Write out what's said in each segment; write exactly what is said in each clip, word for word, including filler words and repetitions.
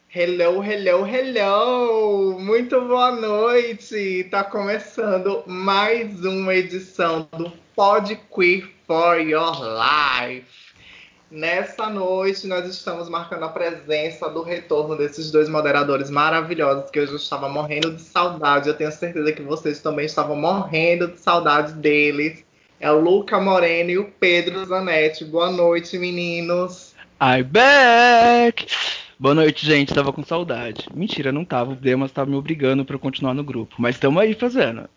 Hello, hello, hello! Muito boa noite! Tá começando mais uma edição do Pod Queer for Your Life. Nessa noite, nós estamos marcando a presença do retorno desses dois moderadores maravilhosos que eu já estava morrendo de saudade. Eu tenho certeza que vocês também estavam morrendo de saudade deles. É o Luca Moreno e o Pedro Zanetti. Boa noite, meninos. I'm back! Boa noite, gente. Tava com saudade. Mentira, não tava. O Demas tava me obrigando pra eu continuar no grupo. Mas tamo aí fazendo.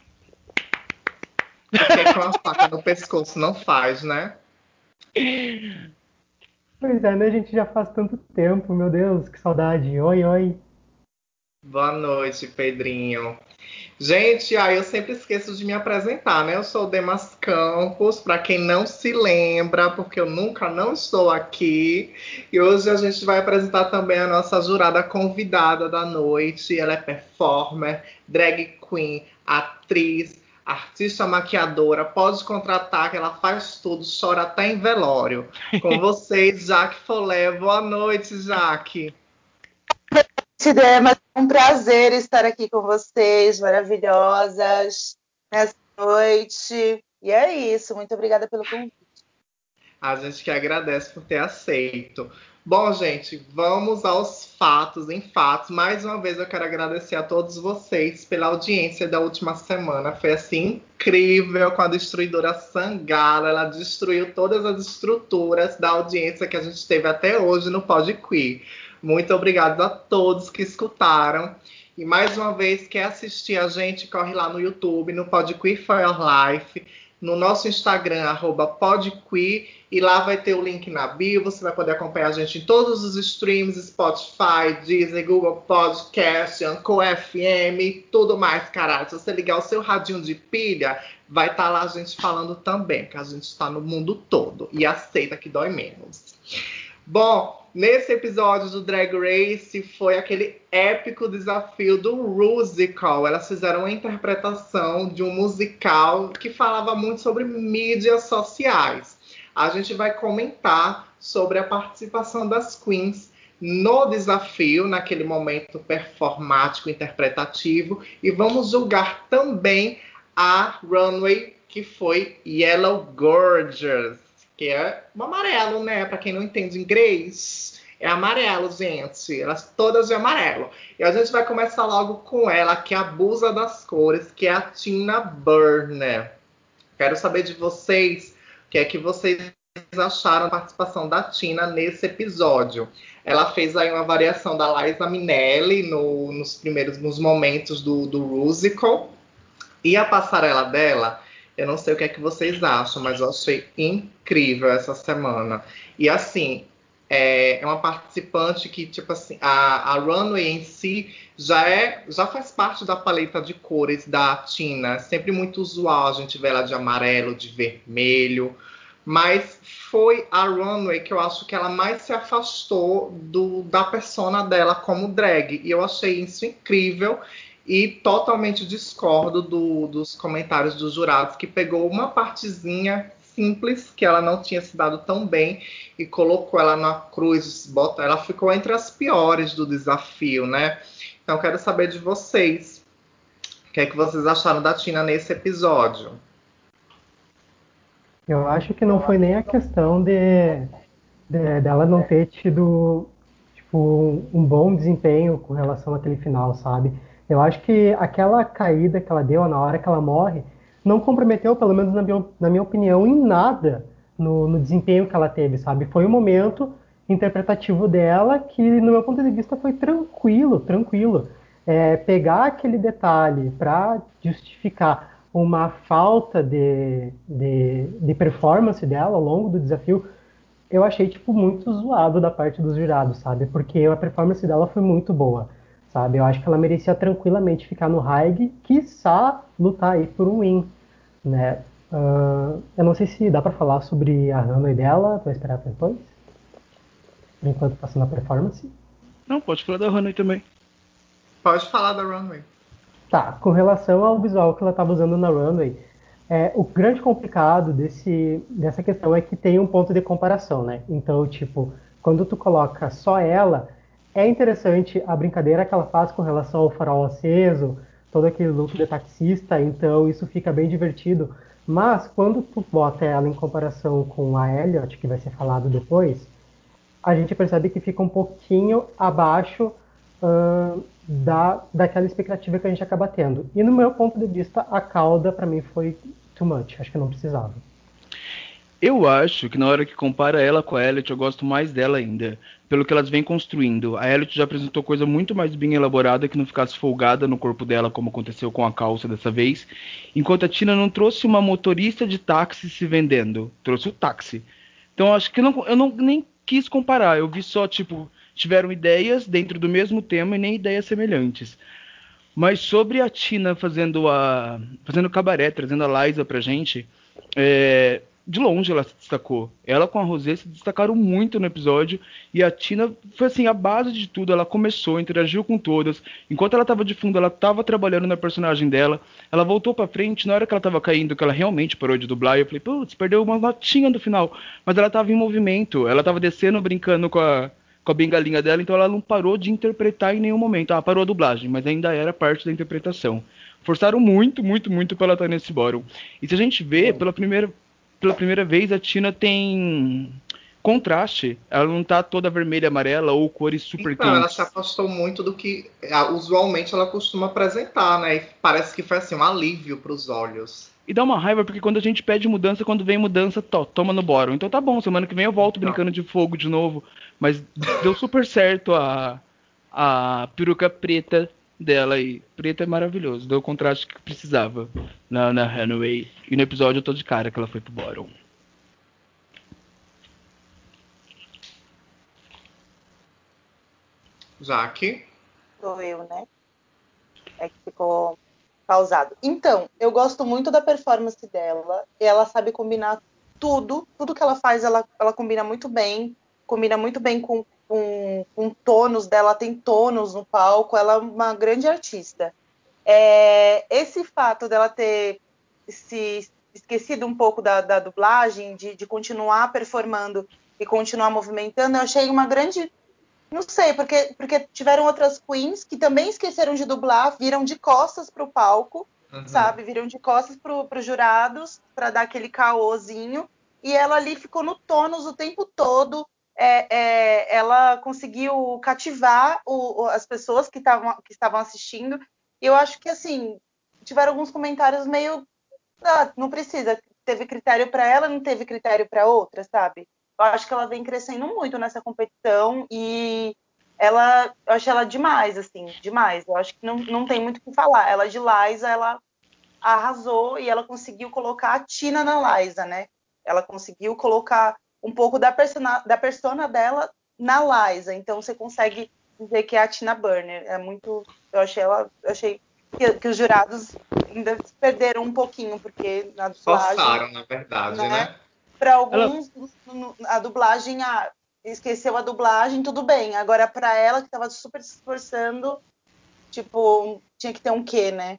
O que é com a faca no pescoço não faz, né? Pois é, né? A gente já faz tanto tempo, meu Deus, que saudade. Oi, oi. Boa noite, Pedrinho. Gente, aí eu sempre esqueço de me apresentar, né? Eu sou o Demas Campos, para quem não se lembra, porque eu nunca não estou aqui. E hoje a gente vai apresentar também a nossa jurada convidada da noite. Ela é performer, drag queen, atriz, artista maquiadora. Pode contratar que ela faz tudo, chora até em velório. Com vocês, Jaque Folé. Boa noite, Jaque. Dema, é um prazer estar aqui com vocês, maravilhosas, nessa noite. E é isso, muito obrigada pelo convite. A gente que agradece por ter aceito. Bom, gente, vamos aos fatos, em fatos. Mais uma vez eu quero agradecer a todos vocês pela audiência da última semana. Foi assim incrível com a destruidora Sangala. Ela destruiu todas as estruturas da audiência que a gente teve até hoje no Pod Queer. Muito obrigada a todos que escutaram. E mais uma vez, quer assistir a gente, corre lá no YouTube, no Pod Queer for Your Life, no nosso Instagram, arroba podqueer, e lá vai ter o link na bio, você vai poder acompanhar a gente em todos os streams, Spotify, Disney, Google Podcast, Anchor F M, tudo mais, caralho. Se você ligar o seu radinho de pilha, vai estar tá lá a gente falando também, que a gente está no mundo todo, e aceita que dói menos. Bom, nesse episódio do Drag Race foi aquele épico desafio do Rusical. Elas fizeram uma interpretação de um musical que falava muito sobre mídias sociais. A gente vai comentar sobre a participação das queens no desafio, naquele momento performático, interpretativo, e vamos julgar também a runway que foi Yellow Gorgeous, que é o amarelo, né? Para quem não entende inglês, é amarelo, gente. Elas todas de amarelo. E a gente vai começar logo com ela, que abusa das cores, que é a Tina Burner. Quero saber de vocês o que é que vocês acharam da participação da Tina nesse episódio. Ela fez aí uma variação da Liza Minnelli no, nos primeiros nos momentos do, do musical. E a passarela dela, eu não sei o que é que vocês acham, mas eu achei incrível essa semana. E assim, é, é uma participante que, tipo assim, a, a runway em si já, é, já faz parte da paleta de cores da Tina. É sempre muito usual a gente ver ela de amarelo, de vermelho. Mas foi a runway que eu acho que ela mais se afastou do, da persona dela como drag. E eu achei isso incrível. E totalmente discordo do, dos comentários dos jurados, que pegou uma partezinha simples, que ela não tinha se dado tão bem, e colocou ela na cruz, bota, ela ficou entre as piores do desafio, né? Então quero saber de vocês, o que é que vocês acharam da Tina nesse episódio? Eu acho que não foi nem a questão de, de- dela não ter tido tipo, um, um bom desempenho com relação àquele final, sabe? Eu acho que aquela caída que ela deu na hora que ela morre não comprometeu, pelo menos na minha, na minha opinião, em nada no, no desempenho que ela teve, sabe? Foi um momento interpretativo dela que, no meu ponto de vista, foi tranquilo, tranquilo. É, pegar aquele detalhe para justificar uma falta de, de, de performance dela ao longo do desafio, eu achei, tipo, muito zoado da parte dos jurados, sabe? Porque a performance dela foi muito boa, sabe? Eu acho que ela merecia tranquilamente ficar no high, quiçá lutar aí por um win, né? Uh, eu não sei se dá pra falar sobre a runway dela, vai esperar pra depois? Por enquanto passando a performance. Não, pode falar da Honey também. Pode falar da runway. Tá, com relação ao visual que ela estava usando na runway, é, o grande complicado desse, dessa questão é que tem um ponto de comparação, né? Então, tipo, quando tu coloca só ela, é interessante a brincadeira que ela faz com relação ao farol aceso, todo aquele look de taxista, então isso fica bem divertido. Mas quando tu bota ela em comparação com a Elliot, que vai ser falado depois, a gente percebe que fica um pouquinho abaixo uh, da, daquela expectativa que a gente acaba tendo. E no meu ponto de vista, a cauda para mim foi too much, acho que não precisava. Eu acho que na hora que compara ela com a Elliot, eu gosto mais dela ainda, pelo que elas vêm construindo. A Elliot já apresentou coisa muito mais bem elaborada, que não ficasse folgada no corpo dela, como aconteceu com a calça dessa vez, enquanto a Tina não trouxe uma motorista de táxi se vendendo, trouxe o táxi. Então acho que eu não, eu não nem quis comparar, eu vi só, tipo, tiveram ideias dentro do mesmo tema e nem ideias semelhantes. Mas sobre a Tina fazendo a fazendo cabaré, trazendo a Liza pra gente, é, de longe ela se destacou. Ela com a Rosé se destacaram muito no episódio e a Tina foi assim a base de tudo. Ela começou, interagiu com todas. Enquanto ela estava de fundo, ela estava trabalhando na personagem dela. Ela voltou pra frente na hora que ela estava caindo, que ela realmente parou de dublar. E eu falei, putz, perdeu uma notinha no final. Mas ela estava em movimento. Ela estava descendo, brincando com a com a bengalinha dela, então ela não parou de interpretar em nenhum momento. Ah, parou a dublagem, mas ainda era parte da interpretação. Forçaram muito, muito, muito pra ela estar nesse bórum. E se a gente vê, pela primeira, pela primeira vez, a Tina tem contraste. Ela não tá toda vermelha, amarela ou cores super Então, ela se quentes. afastou muito do que ah, usualmente ela costuma apresentar, né? E parece que foi assim, um alívio para os olhos. E dá uma raiva, porque quando a gente pede mudança, quando vem mudança, to, toma no bórum. Então tá bom, semana que vem eu volto Então, brincando de fogo de novo. Mas deu super certo a, a peruca preta dela aí. Preta é maravilhoso, deu o contraste que precisava na, na Runway. E no episódio eu tô de cara que ela foi pro bórum. Jaque. Sou eu, né? É que ficou pausado. Então, eu gosto muito da performance dela. Ela sabe combinar tudo. Tudo que ela faz, ela, ela combina muito bem. Combina muito bem com, com, com tônus dela. Ela tem tônus no palco. Ela é uma grande artista. É, esse fato dela ter se esquecido um pouco da, da dublagem, de, de continuar performando e continuar movimentando, eu achei uma grande. Não sei, porque, porque tiveram outras queens que também esqueceram de dublar, viram de costas para o palco, Uhum. sabe? Viram de costas para os jurados, para dar aquele caôzinho. E ela ali ficou no tônus o tempo todo. É, é, ela conseguiu cativar o, as pessoas que, tavam, que estavam assistindo. E eu acho que, assim, tiveram alguns comentários meio. Ah, não precisa. Teve critério para ela, não teve critério para outra, sabe? Eu acho que ela vem crescendo muito nessa competição e ela, eu acho ela demais, assim, demais. Eu acho que não, não tem muito o que falar. Ela de Liza, ela arrasou e ela conseguiu colocar a Tina na Liza, né? Ela conseguiu colocar um pouco da persona, da persona dela na Liza. Então você consegue dizer que é a Tina Burner. É muito. Eu achei ela. Eu achei que, que os jurados ainda se perderam um pouquinho, porque na dublagem, Forçaram, na verdade, né? né? Para Ela, alguns, a dublagem, ah, esqueceu a dublagem, tudo bem. Agora, para ela, que estava super se esforçando, tipo, tinha que ter um quê, né?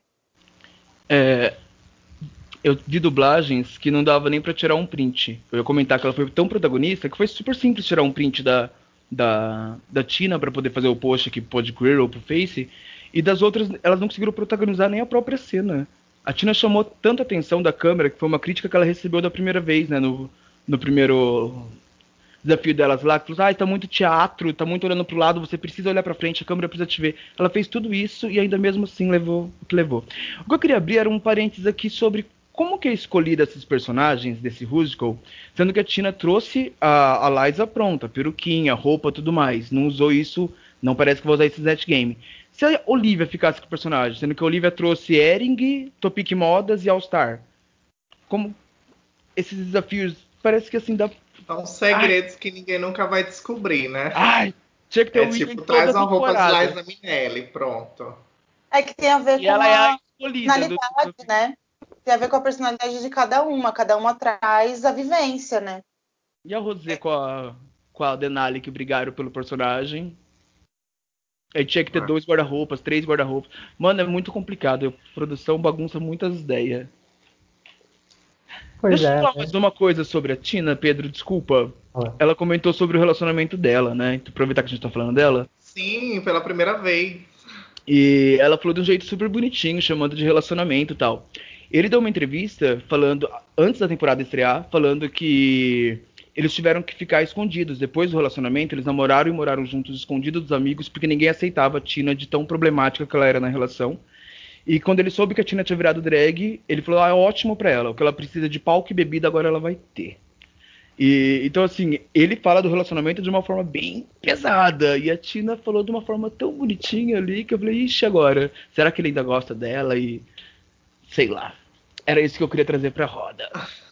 é, eu vi dublagens que não dava nem pra tirar um print. Eu ia comentar que ela foi tão protagonista que foi super simples tirar um print da, da, da Tina pra poder fazer o post aqui pro Podqueer ou pro Face. E das outras, elas não conseguiram protagonizar nem a própria cena. A Tina chamou tanta atenção da câmera que foi uma crítica que ela recebeu da primeira vez, né? No, no primeiro desafio delas lá, que falou, ah, tá muito teatro, tá muito olhando pro lado, você precisa olhar pra frente, a câmera precisa te ver. Ela fez tudo isso e ainda mesmo assim levou o que levou. O que eu queria abrir era um parênteses aqui sobre como que é escolhida esses personagens desse musical, sendo que a Tina trouxe a, a Liza pronta, peruquinha, roupa, tudo mais. Não usou isso, não parece que vai usar esse Zet Game. Se a Olivia ficasse com o personagem, sendo que a Olivia trouxe Ering, Topic Modas e All Star. Como esses desafios, parece que assim dá. São Ai, segredos que ninguém nunca vai descobrir, né? ai, tinha que ter É o William em tipo, toda traz a uma roupa de temporada. Liza Minnelli, pronto. É que tem a ver E com ela é a a escolhida do personalidade, desafio. né? Tem a ver com a personalidade de cada uma. Cada uma traz a vivência, né? E a Rosé com a, com a Denali que brigaram pelo personagem. Aí tinha que ter dois guarda-roupas, três guarda-roupas. Mano, é muito complicado. A produção bagunça muitas ideias. Pois Deixa eu é, falar mais né? uma coisa sobre a Tina, Pedro, desculpa. Fala. Ela comentou sobre o relacionamento dela, né? Então, aproveitar que a gente tá falando dela. Sim, pela primeira vez. E ela falou de um jeito super bonitinho, chamando de relacionamento e tal. Ele deu uma entrevista falando, antes da temporada estrear, falando que eles tiveram que ficar escondidos. Depois do relacionamento, eles namoraram e moraram juntos, escondidos dos amigos, porque ninguém aceitava a Tina de tão problemática que ela era na relação. E quando ele soube que a Tina tinha virado drag, ele falou, ah, é ótimo pra ela, o que ela precisa de palco e bebida agora ela vai ter. E, então, assim, ele fala do relacionamento de uma forma bem pesada. E a Tina falou de uma forma tão bonitinha ali que eu falei, ixi, agora, será que ele ainda gosta dela? E sei lá. Era isso que eu queria trazer pra roda.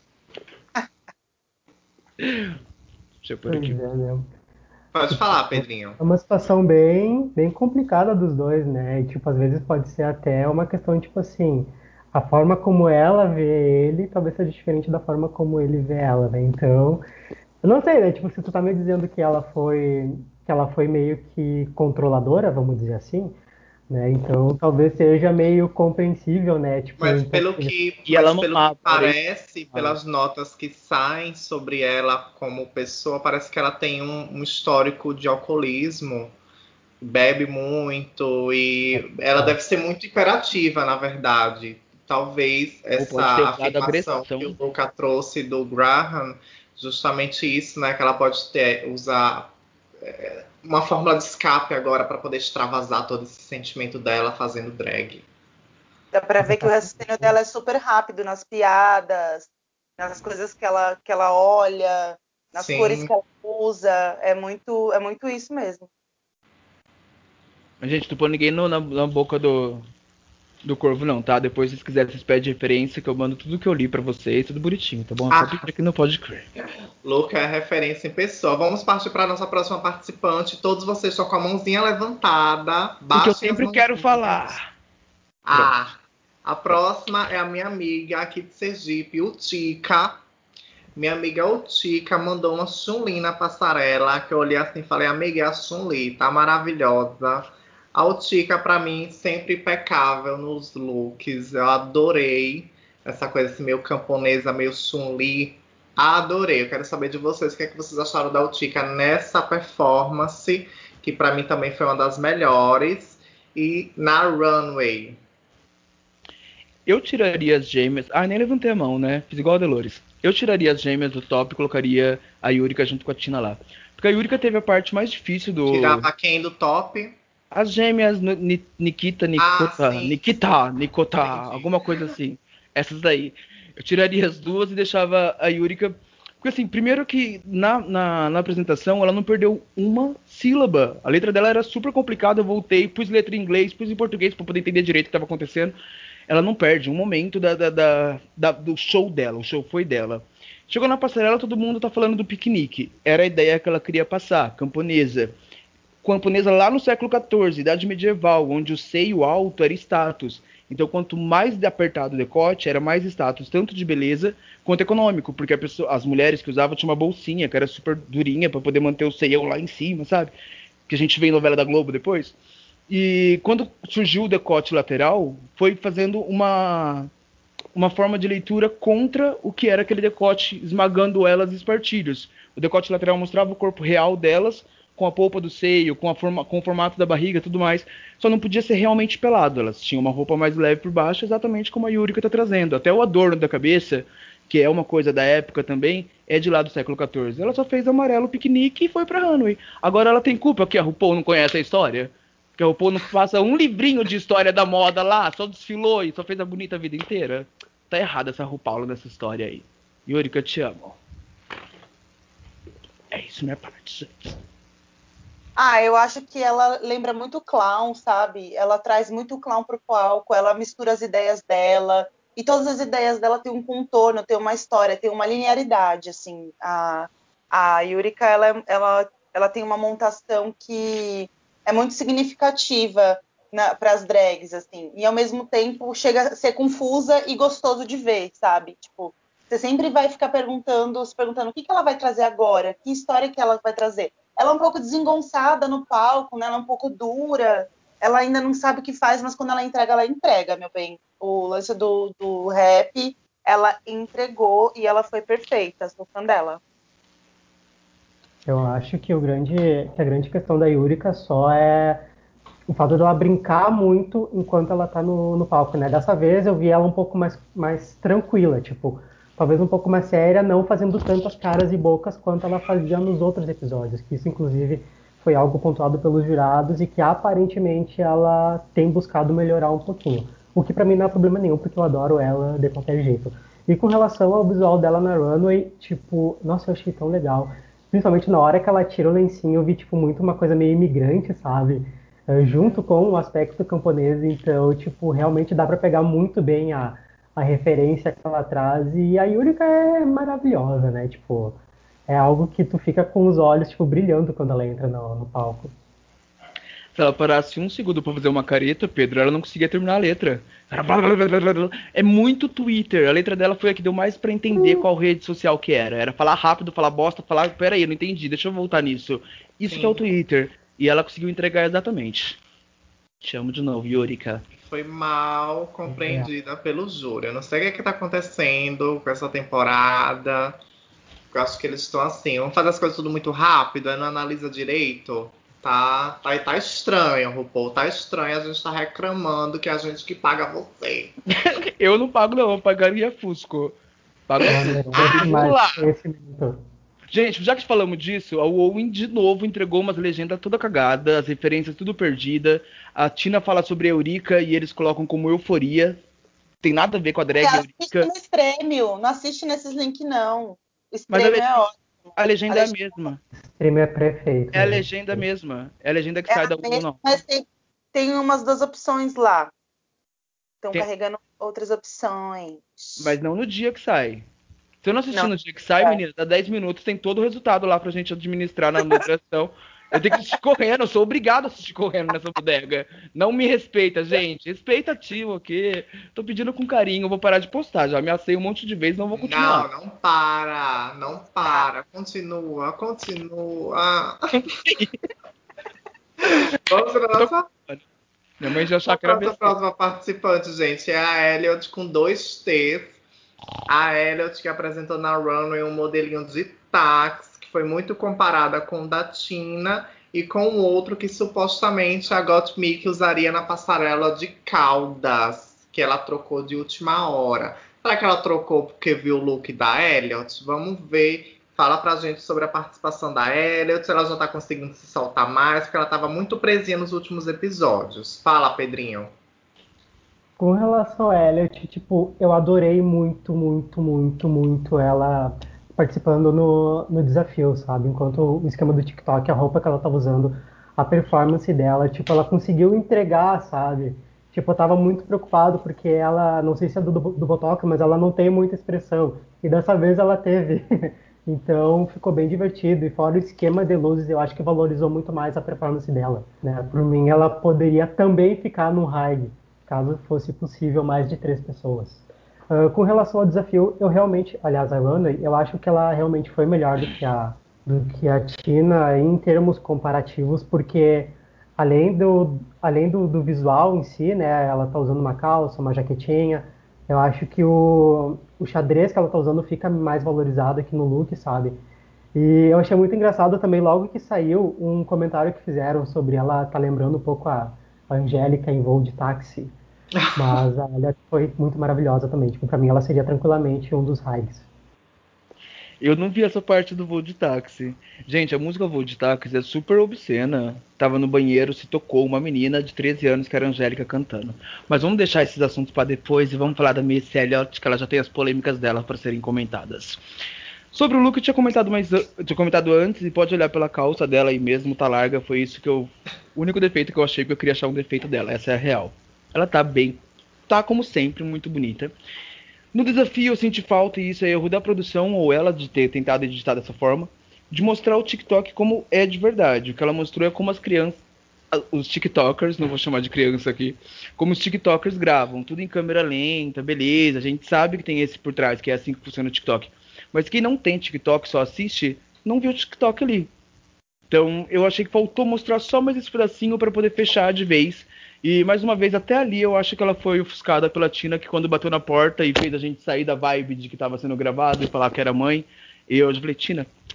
Deixa eu por Pois aqui. é, mesmo. Pode Tipo, falar, Pedrinho. é uma situação bem, bem complicada dos dois, né? E, tipo, às vezes pode ser até uma questão, tipo assim, a forma como ela vê ele talvez seja diferente da forma como ele vê ela, né? Então, eu não sei, né? Tipo, se tu tá me dizendo que ela foi, que ela foi meio que controladora, vamos dizer assim, né? Então, talvez seja meio compreensível, né? Tipo, Mas um ponto pelo de vista. que, E ela mas pelo que mamava, era isso. parece, pelas notas que saem sobre ela como pessoa, parece que ela tem um, um histórico de alcoolismo, bebe muito e ela deve ser muito hiperativa, na verdade. Talvez Ou pode ter essa usado afirmação que o agressão. Luca trouxe do Graham, justamente isso, né? Que ela pode ter, usar uma fórmula de escape agora para poder extravasar todo esse sentimento dela fazendo drag. Dá pra ver que o raciocínio dela é super rápido nas piadas, nas coisas que ela, que ela olha, nas cores Sim. que ela usa. É muito, é muito isso mesmo. Mas, gente, não põe ninguém no- na, na boca do, do corvo, não, tá? Depois, se vocês quiserem, vocês pedem referência, que eu mando tudo que eu li pra vocês, tudo bonitinho, tá bom? É só Ah, pedir aqui no Pode Crer. Luca é referência em pessoa. Vamos partir para a nossa próxima participante. Todos vocês estão com a mãozinha levantada. Porque eu Baixem as sempre quero mãozinhas. falar. Pronto. Ah, a próxima é a minha amiga aqui de Sergipe, o Tica. Minha amiga Utica mandou uma Chun-Li na passarela, que eu olhei assim e falei, amiga, é a Chun-Li, tá maravilhosa. A Utica, pra mim, sempre impecável nos looks. Eu adorei essa coisa assim, meio camponesa, meio Chun-Li. Adorei. Eu quero saber de vocês o que, é que vocês acharam da Utica nessa performance, que pra mim também foi uma das melhores. E na runway. Eu tiraria as gêmeas. Ah, nem levantei a mão, né? Fiz igual a Dolores. Eu tiraria as gêmeas do top e colocaria a Yurika junto com a Tina lá. Porque a Yurika teve a parte mais difícil do. Tirava quem do top? As gêmeas Ni- Nikita, Ah, Nikota, sim, Nikita, Nikota, entendi. alguma coisa assim. Essas daí. Eu tiraria as duas e deixava a Yurika. Porque assim, primeiro que na, na, na apresentação ela não perdeu uma sílaba. A letra dela era super complicada, eu voltei, pus letra em inglês, pus em português pra poder entender direito o que estava acontecendo. Ela não perde um momento da, da, da, da, do show dela, o show foi dela. Chegou na passarela, todo mundo tá falando do piquenique. Era a ideia que ela queria passar, camponesa. Camponesa lá no século quatorze, idade medieval, onde o seio alto era status. Então, quanto mais apertado o decote, era mais status, tanto de beleza quanto econômico, porque pessoa, as mulheres que usavam tinham uma bolsinha que era super durinha para poder manter o seião lá em cima, sabe? Que a gente vê em novela da Globo depois. E quando surgiu o decote lateral, foi fazendo uma uma forma de leitura contra o que era aquele decote, esmagando elas espartilhos. O decote lateral mostrava o corpo real delas, com a polpa do seio, com, a forma, com o formato da barriga e tudo mais. Só não podia ser realmente pelado. Elas tinham uma roupa mais leve por baixo, exatamente como a Yurika está trazendo. Até o adorno da cabeça, que é uma coisa da época também, é de lá do século quatorze. Ela só fez amarelo piquenique e foi pra Runway. Agora ela tem culpa que a RuPaul não conhece a história? Que a RuPaul não passa um livrinho de história da moda lá, só desfilou e só fez a bonita vida inteira? Tá errada essa RuPaul nessa história aí. Yurika, eu te amo. É isso, minha parte, gente. Ah, eu acho que ela lembra muito clown, sabe? Ela traz muito clown pro palco, ela mistura as ideias dela, e todas as ideias dela têm um contorno, tem uma história, tem uma linearidade, assim. A, a Yurika, ela, ela, ela tem uma montação que é muito significativa para as drags, assim, e ao mesmo tempo chega a ser confusa e gostoso de ver, sabe? Tipo, você sempre vai ficar perguntando, se perguntando o que, que ela vai trazer agora, que história que ela vai trazer. Ela é um pouco desengonçada no palco, né? Ela é um pouco dura, ela ainda não sabe o que faz, mas quando ela entrega, ela entrega, meu bem. O lance do, do rap, ela entregou e ela foi perfeita, sou fã dela. Eu acho que, o grande, que a grande questão da Yurika só é o fato dela brincar muito enquanto ela tá no, no palco, né? Dessa vez eu vi ela um pouco mais, mais tranquila, tipo, talvez um pouco mais séria, não fazendo tantas caras e bocas quanto ela fazia nos outros episódios, que isso, inclusive, foi algo pontuado pelos jurados e que, aparentemente, ela tem buscado melhorar um pouquinho. O que pra mim não é problema nenhum, porque eu adoro ela de qualquer jeito. E com relação ao visual dela na runway, tipo, nossa, eu achei tão legal. Principalmente na hora que ela tira o lencinho, eu vi, tipo, muito uma coisa meio imigrante, sabe? Eh, junto com o aspecto camponês, então, tipo, realmente dá pra pegar muito bem a, a referência que ela traz. E a Yurika é maravilhosa, né? Tipo, é algo que tu fica com os olhos, tipo, brilhando quando ela entra no, no palco. Se ela parasse um segundo pra fazer uma careta, Pedro, ela não conseguia terminar a letra. Era blá, blá, blá, blá, blá. É muito Twitter. A letra dela foi a que deu mais pra entender qual rede social que era. Era falar rápido, falar bosta, falar, peraí, eu não entendi, deixa eu voltar nisso. Isso que é o Sim. Twitter. E ela conseguiu entregar exatamente. Te amo de novo, Yurika. Foi mal compreendida pelo júri. Eu não sei o que é que tá acontecendo com essa temporada. Eu acho que eles estão assim, vamos fazer as coisas tudo muito rápido, aí não analisa direito. Tá, tá, tá estranho, RuPaul, tá estranho. A gente tá reclamando que a gente que paga você. Eu não pago não, eu pagaria Fusco. Pago a Ela Fusco. merece Vamos mais lá. conhecimento. Gente, já que falamos disso, a Owen de novo entregou umas legendas toda cagada, as referências tudo perdida. A Tina fala sobre a Eurica e eles colocam como euforia. Tem nada a ver com a E drag assiste Eurica, no Esprêmio, não assiste nesses links, não. O mas a Esprêmio é legenda, ótimo. a A legenda é a legenda mesma. Stream é prefeito É a mesmo. legenda mesma. É a legenda que é sai a da Google, mesma, não. mas tem, tem umas duas opções lá. Estão Tem- carregando outras opções. mas não no dia que sai. Se eu não assistir Não, no dia que sai, é. menina, dá dez minutos, tem todo o resultado lá pra gente administrar na moderação. Eu tenho que assistir correndo, eu sou obrigado a assistir correndo nessa bodega. Não me respeita, gente. Respeita tio aqui. Tô pedindo com carinho, eu vou parar de postar. Já ameacei um monte de vezes, não vou continuar. Não, não para, não para. Continua, continua. Vamos para Eu tô nossa, com... Minha mãe já achava que era nossa besteira. próxima participante, gente. É a Elliot com dois T's. A Elliot que apresentou na runway um modelinho de táxi, que foi muito comparada com o da Tina e com o outro que supostamente a Gottmik usaria na passarela de Caldas, que ela trocou de última hora. Será que ela trocou porque viu o look da Elliot? Vamos ver. Fala pra gente sobre a participação da Elliot, se ela já tá conseguindo se soltar mais, porque ela tava muito presinha nos últimos episódios. Fala, Pedrinho. Com relação a Elliot, tipo, eu adorei muito, muito, muito, muito ela participando no, no desafio, sabe? Enquanto o esquema do TikTok, a roupa que ela tava usando, a performance dela, tipo, ela conseguiu entregar, sabe? Tipo, eu tava muito preocupado porque ela, não sei se é do, do, do Botox, mas ela não tem muita expressão. E dessa vez ela teve. Então ficou bem divertido. E fora o esquema de luzes, eu acho que valorizou muito mais a performance dela, né? Por mim, ela poderia também ficar no high, caso fosse possível mais de três pessoas. Uh, com relação ao desafio, eu realmente, aliás, a Runway, eu acho que ela realmente foi melhor do que a, do que a Tina em termos comparativos, porque além do, além do, do visual em si, né, ela tá usando uma calça, uma jaquetinha, eu acho que o, o xadrez que ela tá usando fica mais valorizado aqui no look, sabe? E eu achei muito engraçado também, logo que saiu, um comentário que fizeram sobre ela tá lembrando um pouco a, a Angélica em Voo de Táxi. Mas a Elliot foi muito maravilhosa também. Tipo, pra mim ela seria tranquilamente um dos highs. Eu não vi essa parte do voo de táxi. Gente, a música Voo de Táxi é super obscena. Tava no banheiro, se tocou uma menina de treze anos que era a Angélica cantando. Mas vamos deixar esses assuntos para depois e vamos falar da Missy Elliott, que ela já tem as polêmicas dela para serem comentadas. Sobre o look eu tinha comentado mais eu tinha comentado antes e pode olhar pela calça dela aí mesmo, tá larga, foi isso que eu o único defeito que eu achei que eu queria achar um defeito dela, essa é a real. Ela tá bem, tá como sempre muito bonita. No desafio eu senti falta, e isso é erro da produção ou ela de ter tentado editar dessa forma, de mostrar o TikTok como é de verdade. O que ela mostrou é como as crianças, os TikTokers, não vou chamar de criança aqui, como os TikTokers gravam, tudo em câmera lenta, beleza, a gente sabe que tem esse por trás, que é assim que funciona o TikTok. Mas quem não tem TikTok, só assiste, não viu o TikTok ali. Então eu achei que faltou mostrar só mais esse pedacinho para poder fechar de vez. E mais uma vez, até ali eu acho que ela foi ofuscada pela Tina, que quando bateu na porta e fez a gente sair da vibe de que estava sendo gravado e falar que era mãe. E eu falei, Tina,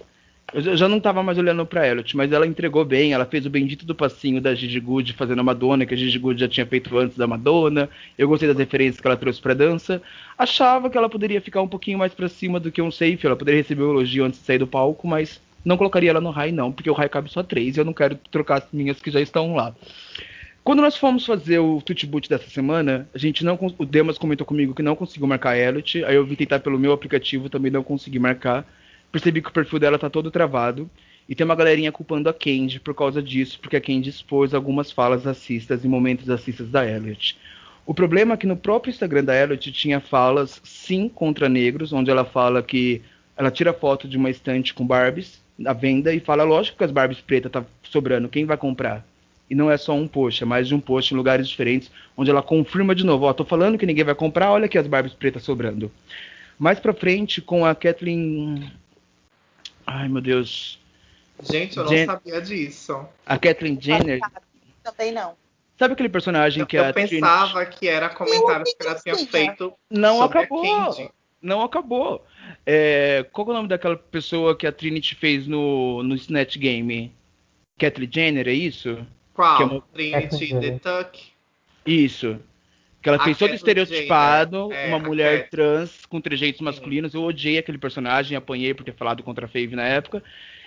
Eu já- já não tava mais olhando pra Elliot, mas ela entregou bem, ela fez o bendito do passinho da Gigi Goody fazendo a Madonna, que a Gigi Goody já tinha feito antes da Madonna. Eu gostei das referências que ela trouxe pra dança. Achava que ela poderia ficar um pouquinho mais pra cima do que um safe, ela poderia receber o elogio antes de sair do palco, mas não colocaria ela no high não, porque o high cabe só três e eu não quero trocar as minhas que já estão lá. Quando nós fomos fazer o Tutboot dessa semana, a gente não, o Demas comentou comigo que não conseguiu marcar a Elliot, aí eu vim tentar pelo meu aplicativo, também não consegui marcar. Percebi que o perfil dela tá todo travado. E tem uma galerinha culpando a Candy por causa disso, porque a Candy expôs algumas falas racistas em momentos racistas da Elliot. O problema é que no próprio Instagram da Elliot tinha falas, sim, contra negros, onde ela fala que ela tira foto de uma estante com Barbies à venda e fala, lógico que as Barbies pretas tá sobrando, quem vai comprar? E não é só um post, é mais de um post em lugares diferentes, onde ela confirma de novo, ó, tô falando que ninguém vai comprar, olha aqui as Barbies pretas sobrando. Mais pra frente, com a Kathleen... Ai, meu Deus. Gente, eu não Jen... sabia disso. A Kathleen Jenner. Também não. Sabe aquele personagem Eu, que eu a Trinity... pensava que era Eu comentários que ela tinha acredito, sim. feito Não sobre a acabou. Candy. Não acabou. É... Qual é o nome daquela pessoa que a Trinity fez no, no Snatch Game? Kathleen Jenner, é isso? Que é Qual? uma... Trinity the Tuck? Isso. Que ela A fez todo Kathleen Jenner. estereotipado, É, uma a mulher Cat. trans com trejeitos Sim. masculinos. Eu odiei aquele personagem, apanhei por ter falado contra a Fave na época.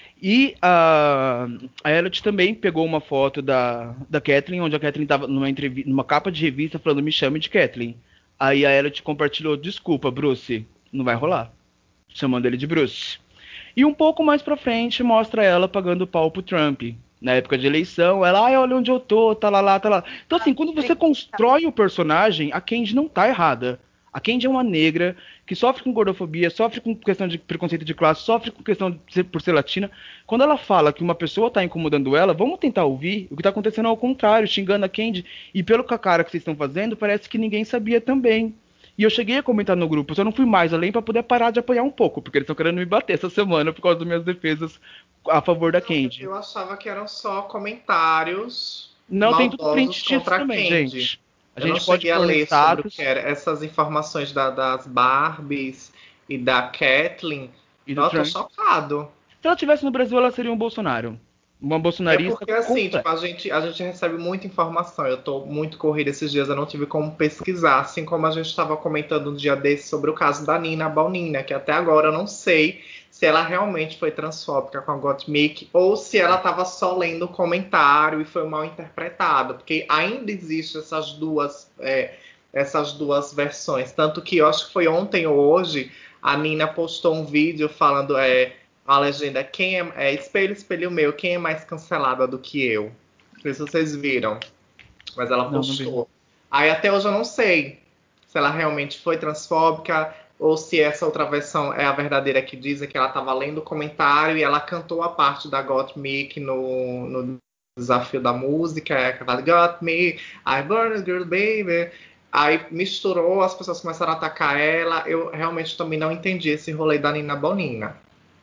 E a, a Elliot também pegou uma foto da, da Kathleen, onde a Kathleen estava numa, numa capa de revista falando me chame de Kathleen. Aí a Elliot compartilhou, desculpa, Bruce, não vai rolar. Chamando ele de Bruce. E um pouco mais pra frente mostra ela pagando pau pro Trump. Na época de eleição, ela, ai, olha onde eu tô, tá lá, lá, tá lá. Então, assim, quando você constrói o personagem, a Candy não tá errada. A Candy é uma negra que sofre com gordofobia, sofre com questão de preconceito de classe, sofre com questão de ser, por ser latina. Quando ela fala que uma pessoa tá incomodando ela, vamos tentar ouvir. O que tá acontecendo é ao contrário, xingando a Candy. E pelo que a cara que vocês estão fazendo, parece que ninguém sabia também. E eu cheguei a comentar no grupo, só não fui mais além pra poder parar de apanhar um pouco, porque eles estão querendo me bater essa semana por causa das minhas defesas a favor da Não, eu, Candy. eu achava que eram só comentários Não, tem tudo maldosos print disso contra a também, Candy. gente. A Eu não gente pode cheguei a pôr no ler sobre o que status eram essas informações da- das Barbies e da Kathleen. e do Não, eu tô Trump. chocado. Se ela estivesse no Brasil, ela seria um Bolsonaro. Uma É bolsonarista porque, assim, tipo, completa. a gente, a gente recebe muita informação. Eu tô muito corrida esses dias, eu não tive como pesquisar. Assim como a gente estava comentando um dia desse sobre o caso da Nina Balnina, que até agora eu não sei se ela realmente foi transfóbica com a Gottmik ou se ela estava só lendo o comentário e foi mal interpretado. Porque ainda existem essas duas, é, essas duas versões. Tanto que eu acho que foi ontem ou hoje, a Nina postou um vídeo falando. É, a legenda, quem é, é espelho, espelho meu, quem é mais cancelada do que eu? Não sei se vocês viram, mas ela Não, não vi. postou. Aí até hoje eu não sei se ela realmente foi transfóbica ou se essa outra versão é a verdadeira que dizem que ela estava lendo o comentário e ela cantou a parte da Gottmik no, no desafio da música, é aquela Got Me, I burn a girl baby. Aí misturou, as pessoas começaram a atacar ela. Eu realmente também não entendi esse rolê da Nina Bonina.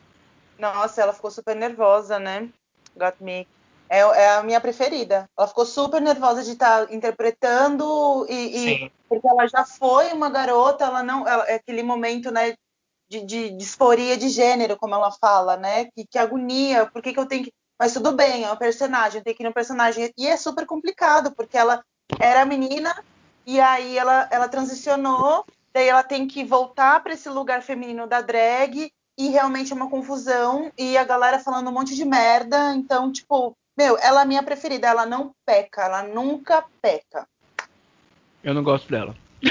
Nossa, ela ficou super nervosa, né? Got Me. É, é a minha preferida. Ela ficou super nervosa de estar interpretando e, e- Sim. porque ela já foi uma garota, ela não, ela, é aquele momento, né, de, de disforia de gênero, como ela fala, né? Que, que agonia, por que, que eu tenho que. Mas tudo bem, é um personagem, tem que ir no personagem. E é super complicado, porque ela era menina e aí ela, ela transicionou, daí ela tem que voltar para esse lugar feminino da drag e realmente é uma confusão e a galera falando um monte de merda. Então, tipo, meu, ela é a minha preferida, ela não peca, ela nunca peca. Eu não gosto dela.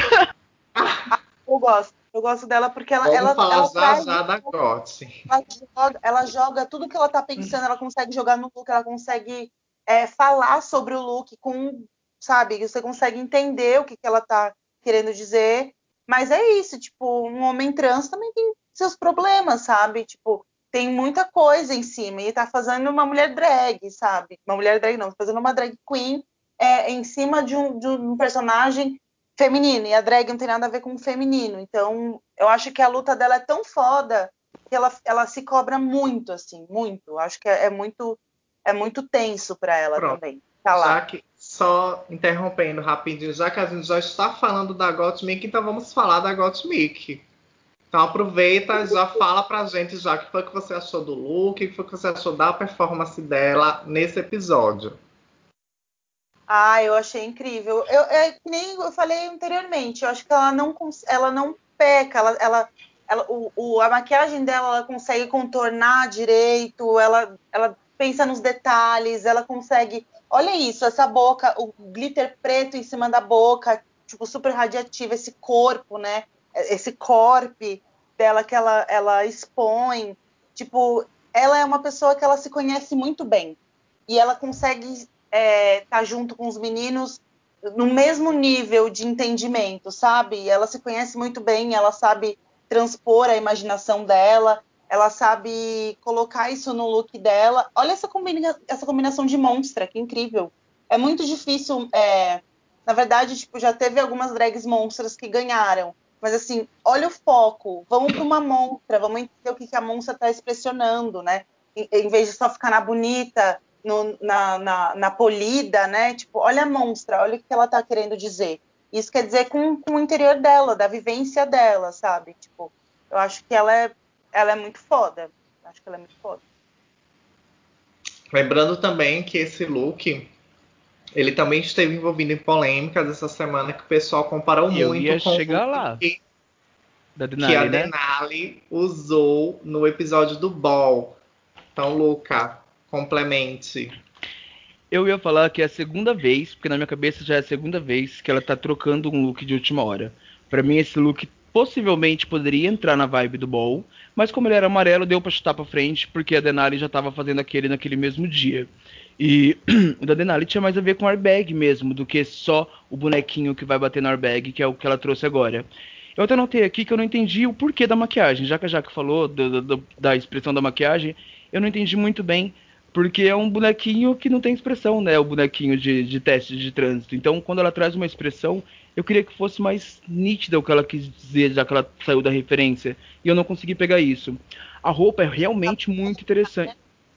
Eu gosto, eu gosto dela porque ela, Vamos ela, falar ela já traz, já da Gotye. ela joga, ela joga tudo que ela tá pensando, ela consegue jogar no look, ela consegue é, falar sobre o look com, sabe, você consegue entender o que, que ela tá querendo dizer. Mas é isso, tipo, um homem trans também tem seus problemas, sabe? Tipo, tem muita coisa em cima. E tá fazendo uma mulher drag, sabe? Uma mulher drag não, tá fazendo uma drag queen é, em cima de um, de um personagem feminino. E a drag não tem nada a ver com o feminino. Então, eu acho que a luta dela é tão foda que ela, ela se cobra muito, assim, muito. Eu acho que é, é muito é muito tenso para ela Pronto. também. Tá Já lá. que, só interrompendo rapidinho, já que a gente já está falando da Gottmik, então vamos falar da Gottmik. Então aproveita e já fala pra gente já o que foi que você achou do look, o que foi que você achou da performance dela nesse episódio. Ah, eu achei incrível. Eu, é que nem eu falei anteriormente, eu acho que ela não, ela não peca, ela, ela, ela o, o, a maquiagem dela ela consegue contornar direito, ela, ela pensa nos detalhes, ela consegue. Olha isso, essa boca, o glitter preto em cima da boca, tipo, super radiativo, esse corpo, né? Esse corpe dela que ela, ela expõe. Tipo, ela é uma pessoa que ela se conhece muito bem. E ela consegue é, tá junto com os meninos no mesmo nível de entendimento, sabe? Ela se conhece muito bem, ela sabe transpor a imaginação dela, ela sabe colocar isso no look dela. Olha essa, combina essa combinação de monstra, que incrível. É muito difícil, é... na verdade, tipo, já teve algumas drags monstras que ganharam, mas assim, olha o foco, vamos para uma monstra, vamos entender o que, que a monstra está expressionando, né? Em, em vez de só ficar na bonita, no, na, na, na polida, né? Tipo, olha a monstra, olha o que ela tá querendo dizer. Isso quer dizer com, com o interior dela, da vivência dela, sabe? Tipo, eu acho que ela é, ela é muito foda. Eu acho que ela é muito foda. Lembrando também que esse look, ele também esteve envolvido em polêmicas essa semana, que o pessoal comparou E eu muito ia com o chegar look lá, que, da que a Denali, né? Denali usou no episódio do Ball. Então, Luca, complemente. Eu ia falar que é a segunda vez, porque na minha cabeça já é a segunda vez que ela tá trocando um look de última hora. Pra mim, esse look possivelmente poderia entrar na vibe do Ball, mas como ele era amarelo, deu pra chutar pra frente, porque a Denali já tava fazendo aquele naquele mesmo dia. E o da Denali tinha mais a ver com airbag mesmo, do que só o bonequinho que vai bater no airbag, que é o que ela trouxe agora. Eu até notei aqui que eu não entendi o porquê da maquiagem, já que a Jaque falou do, do, da expressão da maquiagem, eu não entendi muito bem porque é um bonequinho que não tem expressão, né? O bonequinho de, de teste de trânsito. Então, quando ela traz uma expressão, eu queria que fosse mais nítida o que ela quis dizer, já que ela saiu da referência. E eu não consegui pegar isso. A roupa é realmente muito interessante.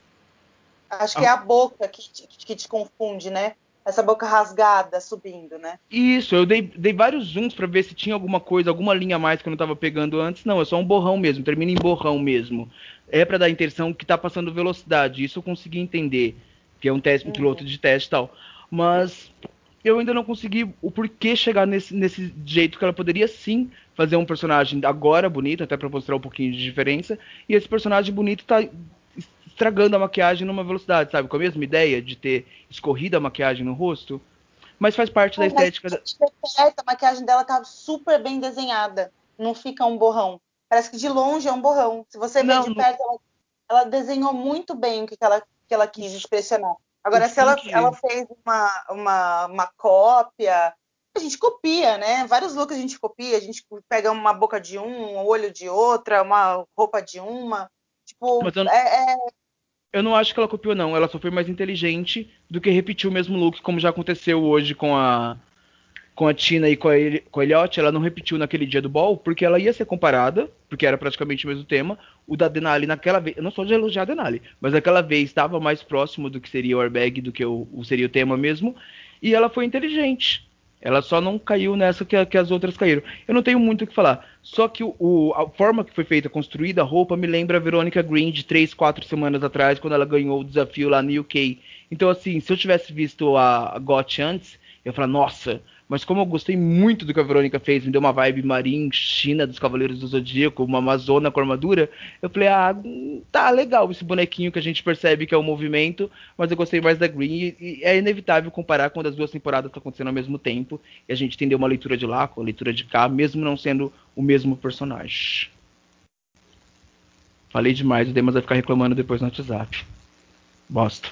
Acho que é A... a boca que te, que te confunde, né? Essa boca rasgada subindo, né? Isso, eu dei, dei vários zooms pra ver se tinha alguma coisa, alguma linha a mais que eu não tava pegando antes. Não, é só um borrão mesmo, termina em borrão mesmo. É pra dar a intenção que tá passando velocidade. Isso eu consegui entender, que é um teste, um Uhum. piloto de teste e tal. Mas eu ainda não consegui o porquê chegar nesse, nesse jeito que ela poderia sim fazer um personagem agora bonito, até pra mostrar um pouquinho de diferença. E esse personagem bonito tá estragando a maquiagem numa velocidade, sabe? Com a mesma ideia de ter escorrido a maquiagem no rosto. Mas faz parte da Mas estética. Da... a maquiagem dela tá super bem desenhada. Não fica um borrão. Parece que de longe é um borrão. Se você vê Não, de no... perto, ela, ela desenhou muito bem o que ela, que ela quis expressionar. o Agora, se fim ela, ela que. fez uma, uma, uma cópia, a gente copia, né? Vários looks a gente copia, a gente pega uma boca de um, um olho de outra, uma roupa de uma. Tipo, Mas eu, é, é eu não acho que ela copiou, não. Ela só foi mais inteligente do que repetir o mesmo look, como já aconteceu hoje com a, com a Tina e com a, El com a Elliot. Ela não repetiu naquele dia do ball, porque ela ia ser comparada, porque era praticamente o mesmo tema. O da Denali naquela vez, eu não sou de elogiar a Denali, mas naquela vez estava mais próximo do que seria o airbag, do que o, o seria o tema mesmo. E ela foi inteligente. Ela só não caiu nessa que, que as outras caíram. Eu não tenho muito o que falar. Só que o, o, a forma que foi feita, construída a roupa, me lembra a Veronica Green de três, quatro semanas atrás, quando ela ganhou o desafio lá no U K. Então, assim, se eu tivesse visto a, a Got antes, eu ia falar, nossa, mas como eu gostei muito do que a Verônica fez, me deu uma vibe Marin, China dos Cavaleiros do Zodíaco, uma Amazona com armadura, eu falei, ah, tá legal esse bonequinho que a gente percebe que é o movimento, mas eu gostei mais da Green, e, e é inevitável comparar quando as duas temporadas estão acontecendo ao mesmo tempo, e a gente entendeu uma leitura de lá com a leitura de cá, mesmo não sendo o mesmo personagem. Falei demais, o Demas vai ficar reclamando depois no WhatsApp. Bosta.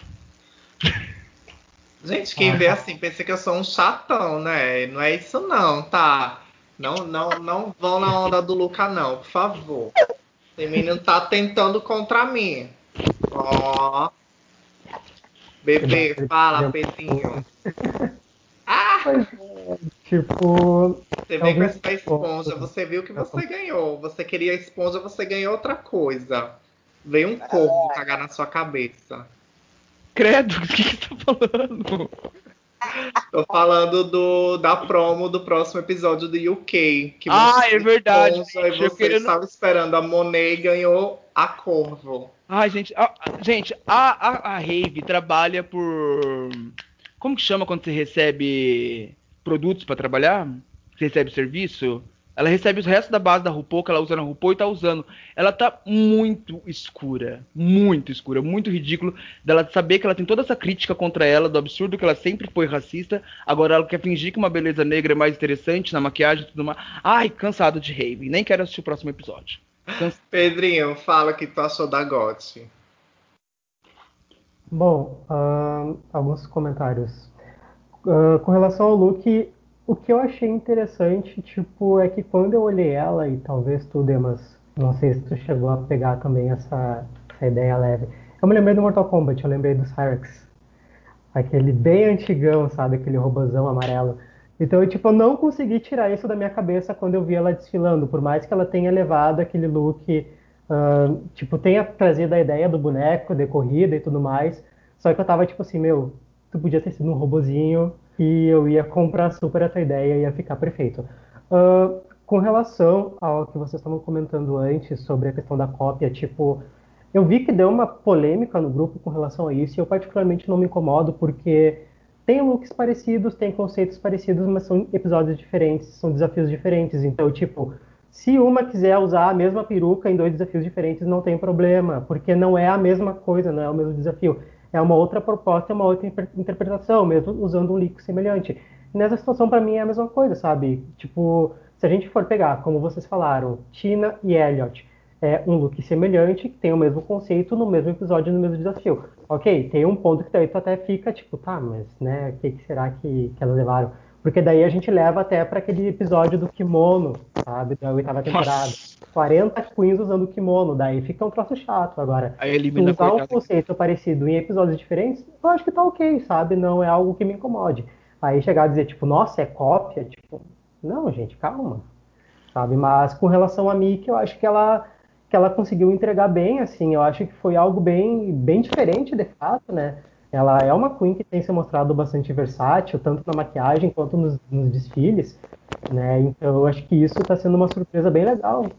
Gente, quem vê assim pensa que eu sou um chatão, né? Não é isso não, tá? Não, não, não vão na onda do Luca, não, por favor. Esse menino tá tentando contra mim. Ó, bebê, fala, pezinho. Ah! Mas, é, tipo, Você é o veio com mesmo essa esponja, ponto. você viu que você ganhou. Você queria esponja, você ganhou outra coisa. Veio um corvo cagar na sua cabeça. Credo, o que que você tá falando? Tô falando do, da promo do próximo episódio do U K. Que Ah, você é verdade, esponja e gente. Eu você querendo. estava esperando a Monet e ganhou a Corvo. Ai, gente, a, a- gente, a, a, a Rave trabalha por. Como que chama quando você recebe produtos pra trabalhar? Você recebe serviço? Ela recebe os restos da base da RuPaul que ela usa na RuPaul e tá usando. Ela tá muito escura, muito escura, muito ridículo dela saber que ela tem toda essa crítica contra ela, do absurdo que ela sempre foi racista. Agora ela quer fingir que uma beleza negra é mais interessante na maquiagem e tudo mais. Ai, cansado de Rave. Nem quero assistir o próximo episódio. Cansado. Pedrinho, fala o que tu achou da G O T. Bom, ahn, alguns comentários. Ah, com relação ao look, o que eu achei interessante, tipo, é que quando eu olhei ela, e talvez tu, Demas, não sei se tu chegou a pegar também essa, essa ideia leve. Eu me lembrei do Mortal Kombat, eu lembrei do Cyrex. Aquele bem antigão, sabe? Aquele robozão amarelo. Então, eu, tipo, eu não consegui tirar isso da minha cabeça quando eu vi ela desfilando. Por mais que ela tenha levado aquele look, ah, tipo, tenha trazido a ideia do boneco, de corrida e tudo mais. Só que eu tava, tipo assim, meu, tu podia ter sido um robozinho e eu ia comprar super essa ideia e ia ficar perfeito. Ah, com relação ao que vocês estavam comentando antes sobre a questão da cópia, tipo, eu vi que deu uma polêmica no grupo com relação a isso, e eu particularmente não me incomodo, porque tem looks parecidos, tem conceitos parecidos, mas são episódios diferentes, são desafios diferentes. Então, tipo, se uma quiser usar a mesma peruca em dois desafios diferentes, não tem problema, porque não é a mesma coisa, não é o mesmo desafio. É uma outra proposta, é uma outra interpretação, mesmo usando um look semelhante. Nessa situação, para mim, é a mesma coisa, sabe? Tipo, se a gente for pegar, como vocês falaram, Tina e Elliot, é um look semelhante, que tem o mesmo conceito no mesmo episódio, no mesmo desafio. Ok, tem um ponto que daí tu até fica tipo, tá, mas né, o que, que será que, que elas levaram? Porque daí a gente leva até para aquele episódio do kimono, sabe, da oitava temporada. Nossa. quarenta queens usando kimono, daí fica um troço chato. Agora, Aí tu elimina a usar um coitada. conceito parecido em episódios diferentes, eu acho que tá ok, sabe? Não é algo que me incomode. Aí chegar a dizer, tipo, nossa, é cópia, tipo, não, gente, calma, sabe? Mas com relação a Mickey, eu acho que ela que ela conseguiu entregar bem, assim, eu acho que foi algo bem bem diferente de fato, né? Ela é uma queen que tem se mostrado bastante versátil, tanto na maquiagem quanto nos, nos desfiles, né? Então eu acho que isso está sendo uma surpresa bem legal.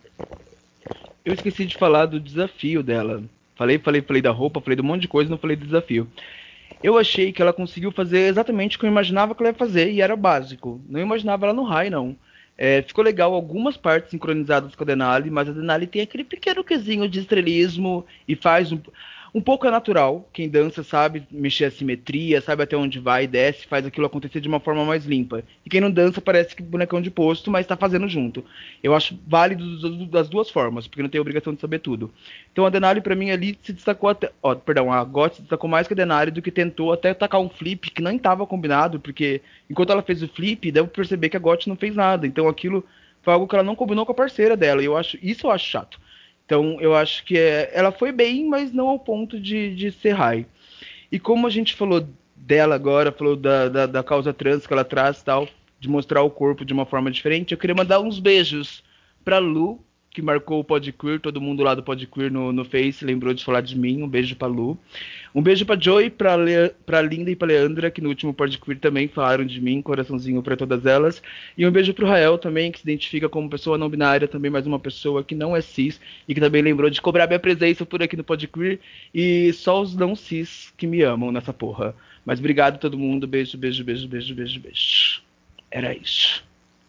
Eu esqueci de falar do desafio dela. Falei, falei, falei da roupa, falei de um monte de coisa, não falei do desafio. Eu achei que ela conseguiu fazer exatamente o que eu imaginava que ela ia fazer, e era básico. Não imaginava ela no high, não. É, ficou legal algumas partes sincronizadas com a Denali, mas a Denali tem aquele pequeno quesinho de estrelismo e faz um, um pouco é natural. Quem dança sabe mexer a simetria, sabe até onde vai e desce, faz aquilo acontecer de uma forma mais limpa. E quem não dança parece que bonecão de posto, mas tá fazendo junto. Eu acho válido das duas formas, porque não tem obrigação de saber tudo. Então a Denali pra mim ali se destacou até, ó, perdão, a Got se destacou mais que a Denali do que tentou até tacar um flip que nem estava combinado, porque enquanto ela fez o flip, deu pra perceber que a Got não fez nada. Então aquilo foi algo que ela não combinou com a parceira dela, e eu acho, isso eu acho chato. Então eu acho que é, ela foi bem, mas não ao ponto de, de ser high. E como a gente falou dela agora, falou da, da, da causa trans que ela traz e tal, de mostrar o corpo de uma forma diferente, eu queria mandar uns beijos pra Lu, que marcou o Podqueer, todo mundo lá do Podqueer no, no Face lembrou de falar de mim, um beijo pra Lu. Um beijo pra Joy, pra, Le... pra Linda e pra Leandra, que no último Podqueer também falaram de mim, coraçãozinho pra todas elas. E um beijo pro Rael também, que se identifica como pessoa não binária, também mais uma pessoa que não é cis, e que também lembrou de cobrar minha presença por aqui no Podqueer. E só os não cis que me amam nessa porra. Mas obrigado a todo mundo, beijo, beijo, beijo, beijo, beijo, beijo. Era isso.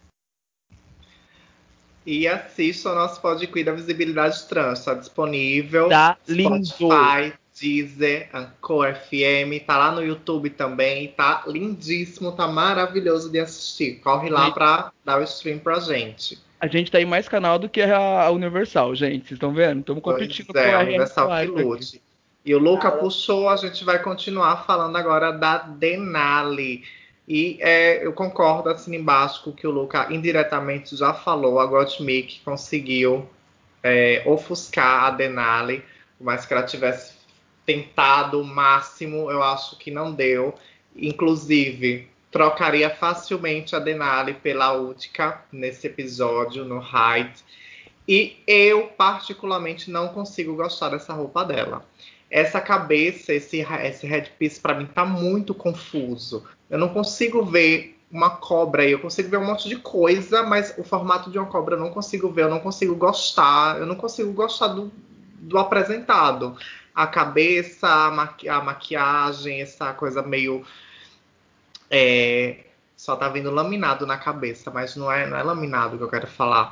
E assista o nosso Podqueer da Visibilidade Trans. Está disponível Tá lindo. Spotify, Deezer, Anchor F M. Tá lá no YouTube também. Tá lindíssimo, tá maravilhoso de assistir. Corre lá para dar o stream pra gente. A gente tá em mais canal do que a Universal, gente. Vocês estão vendo? Estamos Pois competindo com é, a R R Universal que Live aqui. lute. E o Luca Fala. puxou, a gente vai continuar falando agora da Denali. E é, eu concordo assim embaixo com o que o Luca indiretamente já falou. A Gottmik conseguiu é, ofuscar a Denali, por mais que ela tivesse tentado o máximo, eu acho que não deu. Inclusive, trocaria facilmente a Denali pela Utica nesse episódio, no Height. E eu, particularmente, não consigo gostar dessa roupa dela. essa cabeça, esse, esse headpiece, pra mim, tá muito confuso. Eu não consigo ver uma cobra aí. Eu consigo ver um monte de coisa, mas o formato de uma cobra eu não consigo ver, eu não consigo gostar, eu não consigo gostar do, do apresentado. A cabeça, a, maqui a maquiagem, essa coisa meio. É, só tá vindo laminado na cabeça, mas não é, não é laminado que eu quero falar.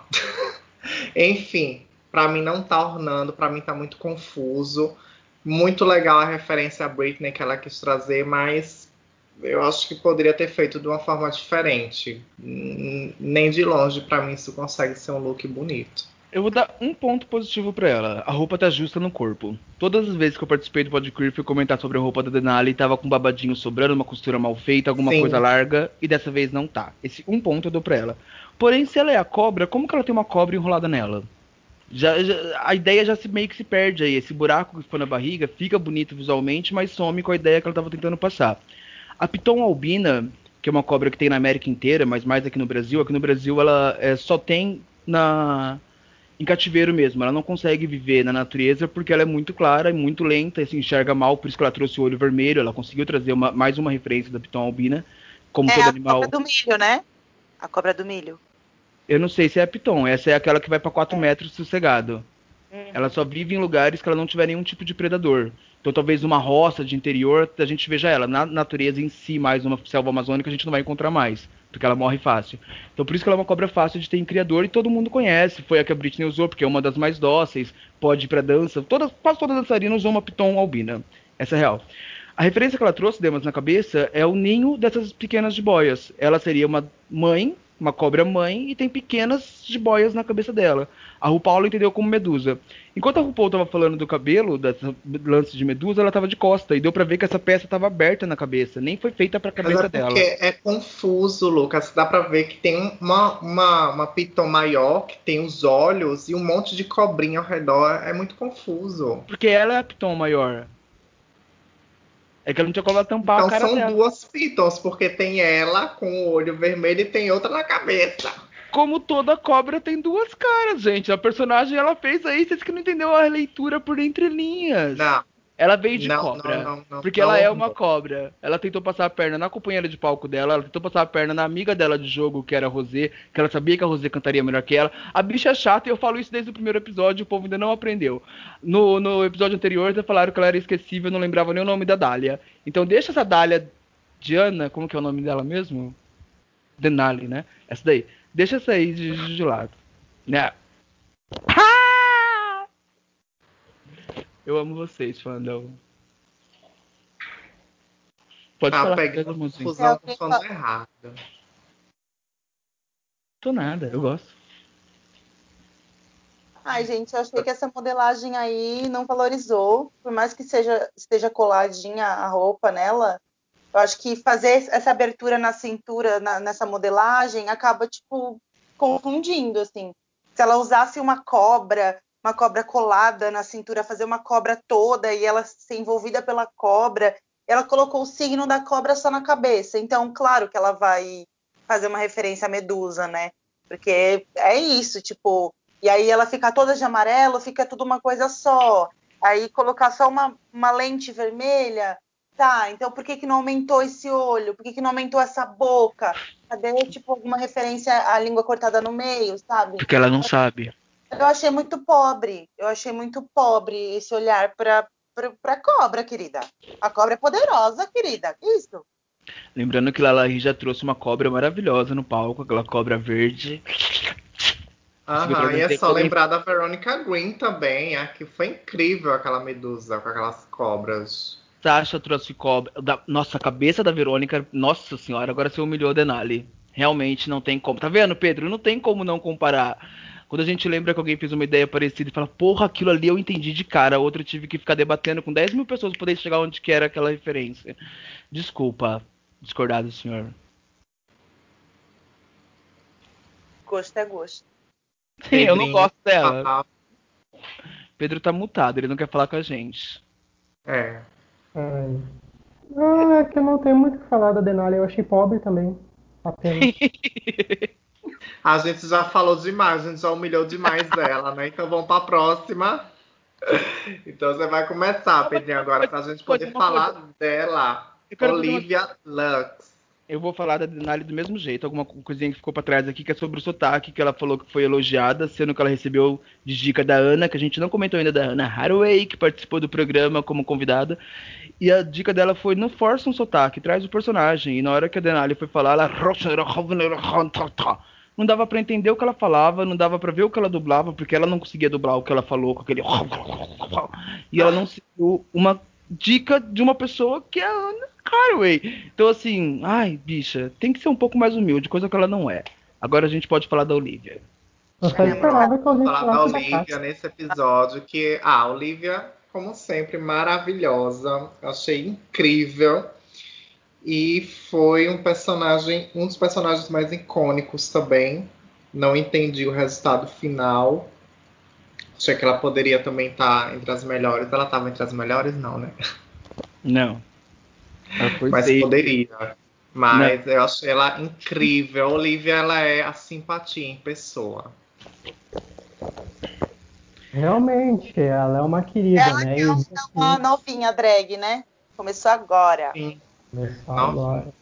Enfim, pra mim não tá ornando, pra mim tá muito confuso. Muito legal a referência a Britney que ela quis trazer, mas eu acho que poderia ter feito de uma forma diferente. Nem de longe, pra mim, isso consegue ser um look bonito. Eu vou dar um ponto positivo pra ela. A roupa tá justa no corpo. Todas as vezes que eu participei do Podcreer fui comentar sobre a roupa da Denali, tava com um babadinho sobrando, uma costura mal feita, alguma Sim. coisa larga, e dessa vez não tá. Esse um ponto eu dou pra ela. Porém, se ela é a cobra, como que ela tem uma cobra enrolada nela? Já, já, a ideia já se, meio que se perde aí. Esse buraco que ficou na barriga fica bonito visualmente, mas some com a ideia que ela tava tentando passar. A Piton albina, que é uma cobra que tem na América inteira, mas mais aqui no Brasil, aqui no Brasil ela é, só tem na em cativeiro mesmo. Ela não consegue viver na natureza porque ela é muito clara e muito lenta, e se enxerga mal, por isso que ela trouxe o olho vermelho. Ela conseguiu trazer uma, mais uma referência da Piton albina, como É todo a cobra animal. do milho, né? A cobra do milho. Eu não sei se é a Piton, essa é aquela que vai para quatro É. metros sossegado. Uhum. Ela só vive em lugares que ela não tiver nenhum tipo de predador. Então talvez numa roça de interior a gente veja ela. Na natureza em si, mais uma selva amazônica, a gente não vai encontrar mais, porque ela morre fácil. Então por isso que ela é uma cobra fácil de ter em criador e todo mundo conhece. Foi a que a Britney usou, porque é uma das mais dóceis, pode ir pra dança. Todas, quase toda dançarina usou uma Piton albina. Essa é real. A referência que ela trouxe, Demas, na cabeça, é o ninho dessas pequenas jiboias. Ela seria uma mãe, uma cobra mãe, e tem pequenas jiboias na cabeça dela. A RuPaul entendeu como medusa. Enquanto a RuPaul tava falando do cabelo, dessa lance de medusa, ela tava de costa. E deu pra ver que essa peça tava aberta na cabeça. Nem foi feita pra Mas é cabeça porque dela. é confuso, Lucas. Dá pra ver que tem uma, uma, uma piton maior, que tem os olhos e um monte de cobrinha ao redor. É muito confuso. Porque ela é a Piton maior. É que ela não tinha como tampar a Então cara são dela. duas pitons, porque tem ela com o olho vermelho e tem outra na cabeça. Como toda cobra tem duas caras, gente. A personagem ela fez aí, vocês que não entendeu a leitura por entre linhas. Não, Ela veio de não, não, cobra. não, não, Porque não ela é uma ornou. cobra. Ela tentou passar a perna na companheira de palco dela, ela tentou passar a perna na amiga dela de jogo, que era a Rosé, que ela sabia que a Rosé cantaria melhor que ela. A bicha é chata e eu falo isso desde o primeiro episódio, o povo ainda não aprendeu. No, no episódio anterior, já falaram que ela era esquecível, não lembrava nem o nome da Dália. Então deixa essa Dália Diana, como que é o nome dela mesmo? Denali, né? Essa daí. Deixa essa aí de, de lado. Né? Ah! Eu amo vocês, fandom. Pode Tá falar, pegando amorzinho. É confusão o com o que fandom errado. Tô nada, eu gosto. Ai, gente, eu achei que essa modelagem aí não valorizou, por mais que seja esteja coladinha a roupa nela. Eu acho que fazer essa abertura na cintura na, nessa modelagem acaba tipo confundindo assim. Se ela usasse uma cobra, uma cobra colada na cintura, fazer uma cobra toda e ela ser envolvida pela cobra, ela colocou o signo da cobra só na cabeça. Então, claro que ela vai fazer uma referência à Medusa, né? Porque é isso, tipo, e aí ela fica toda de amarelo, fica tudo uma coisa só. Aí colocar só uma, uma lente vermelha, tá, então por que que não aumentou esse olho? Por que que não aumentou essa boca? Cadê, tipo, alguma referência à língua cortada no meio, sabe? Porque ela não sabe. Eu achei muito pobre. Eu achei muito pobre esse olhar pra, pra, pra cobra, querida. A cobra é poderosa, querida. Que isso? Lembrando que Lalari já trouxe uma cobra maravilhosa no palco, aquela cobra verde. Aham, e é só lembrar da Veronica Green também, é, que foi incrível aquela medusa com aquelas cobras. Sasha trouxe cobra. Da... Nossa, a cabeça da Verônica. Nossa senhora, agora você humilhou a Denali. Realmente não tem como. Tá vendo, Pedro? Não tem como não comparar. Quando a gente lembra que alguém fez uma ideia parecida e fala, porra, aquilo ali eu entendi de cara. Outro eu tive que ficar debatendo com dez mil pessoas pra poder chegar onde que era aquela referência. Desculpa discordar do senhor. Gosto é gosto. Sim, eu não Pedrinho, gosto dela. ah, Pedro tá mutado, ele não quer falar com a gente. é. Ai. Ah, é que eu não tenho muito o que falar da Denali, eu achei pobre também. Apenas. A gente já falou demais, a gente já humilhou demais ela, né? Então vamos pra próxima. Então você vai começar, Pedrinho, agora pra gente poder falar dela. Eu quero fazer uma Olivia Lux. Eu vou falar da Denali do mesmo jeito, alguma coisinha que ficou pra trás aqui, que é sobre o sotaque, que ela falou que foi elogiada, sendo que ela recebeu de dica da Ana, que a gente não comentou ainda, da Ana Hathaway, que participou do programa como convidada, e a dica dela foi, não força um sotaque, traz o personagem, e na hora que a Denali foi falar, ela... Não dava pra entender o que ela falava, não dava pra ver o que ela dublava, porque ela não conseguia dublar o que ela falou com aquele... E ela não seguiu uma dica de uma pessoa que é a Ana Hathaway. Então, assim, ai, bicha, tem que ser um pouco mais humilde, coisa que ela não é. Agora a gente pode falar da Olivia. Eu só esperava que Vamos alguém falar da falasse da Olivia Cássia. nesse episódio, que a ah, Olivia, como sempre, maravilhosa. Achei incrível. E foi um personagem, um dos personagens mais icônicos também. Não entendi o resultado final. Achei que ela poderia também estar entre as melhores. Ela estava entre as melhores, não, né? Não. Ela foi Mas safe. poderia. Não. Mas eu achei ela incrível. A Olivia, ela é a simpatia em pessoa. Realmente, ela é uma querida, Ela né? que E o é uma desafio novinha drag, né? Começou agora. Sim. começou Novinha. agora.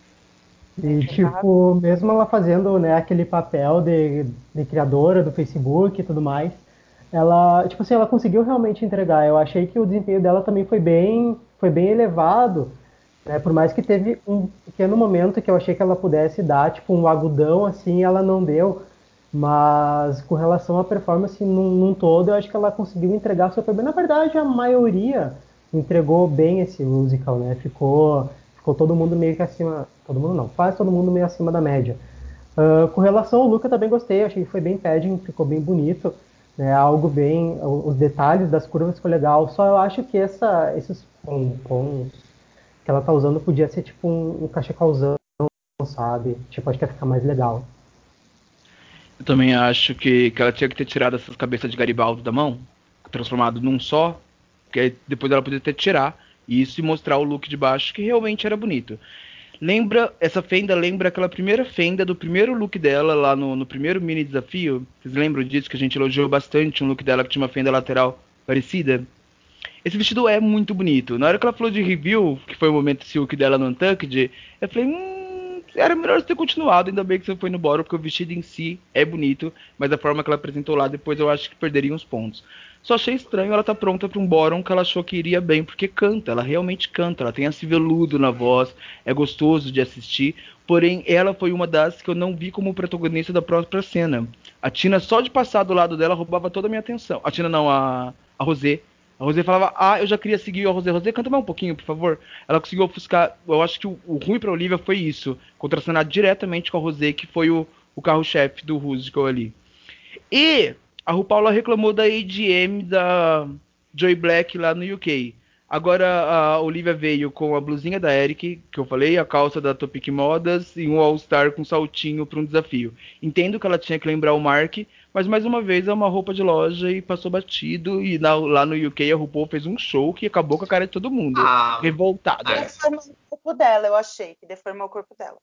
E, tipo, mesmo ela fazendo, né, aquele papel de, de criadora do Facebook e tudo mais, ela, tipo assim, ela conseguiu realmente entregar. Eu achei que o desempenho dela também foi bem, foi bem elevado, né? Por mais que teve um pequeno momento que eu achei que ela pudesse dar, tipo, um agudão, assim, ela não deu. Mas com relação à performance num, num todo, eu acho que ela conseguiu entregar super bem. Na verdade, a maioria entregou bem esse musical, né? Ficou, ficou todo mundo meio que acima. Todo mundo não, quase todo mundo meio acima da média. Uh, com relação ao look, eu também gostei, achei que foi bem padding, ficou bem bonito, né? Algo bem. Os detalhes das curvas ficou legal. Só eu acho que essa, esses pompons que ela tá usando podia ser tipo um, um cachecolzão, sabe? Tipo, acho que ia ficar mais legal. Eu também acho que, que ela tinha que ter tirado essas cabeças de Garibaldo da mão, transformado num só, que aí depois ela poderia ter tirar e isso e mostrar o look de baixo, que realmente era bonito. Lembra, essa fenda lembra aquela primeira fenda do primeiro look dela lá no, no primeiro mini desafio? Vocês lembram disso? Que a gente elogiou bastante um look dela que tinha uma fenda lateral parecida? Esse vestido é muito bonito. Na hora que ela falou de review, que foi o momento silk dela no Untucked, eu falei, hum, era melhor você ter continuado, ainda bem que você foi no bottom, porque o vestido em si é bonito, mas a forma que ela apresentou lá, depois eu acho que perderia uns pontos. Só achei estranho ela tá pronta para um bottom que ela achou que iria bem, porque canta, ela realmente canta, ela tem esse veludo na voz, é gostoso de assistir, porém ela foi uma das que eu não vi como protagonista da própria cena. A Tina, só de passar do lado dela, roubava toda a minha atenção. A Tina não, a, a Rosé. A Rosé falava, ah, eu já queria seguir a Rosé. Rosé, canta mais um pouquinho, por favor. Ela conseguiu ofuscar. Eu acho que o, o ruim pra Olivia foi isso. Contracenar diretamente com a Rosé, que foi o, o carro-chefe do musical ali. E a RuPaula reclamou da A G M da Joy Black lá no U K. Agora a Olivia veio com a blusinha da Eric, que eu falei, a calça da Topic Modas e um All-Star com saltinho para um desafio. Entendo que ela tinha que lembrar o Mark, mas mais uma vez é uma roupa de loja e passou batido. E na, lá no U K a RuPaul fez um show que acabou com a cara de todo mundo. Ah, Revoltada. é. Deformou o corpo dela, eu achei que deformou o corpo dela.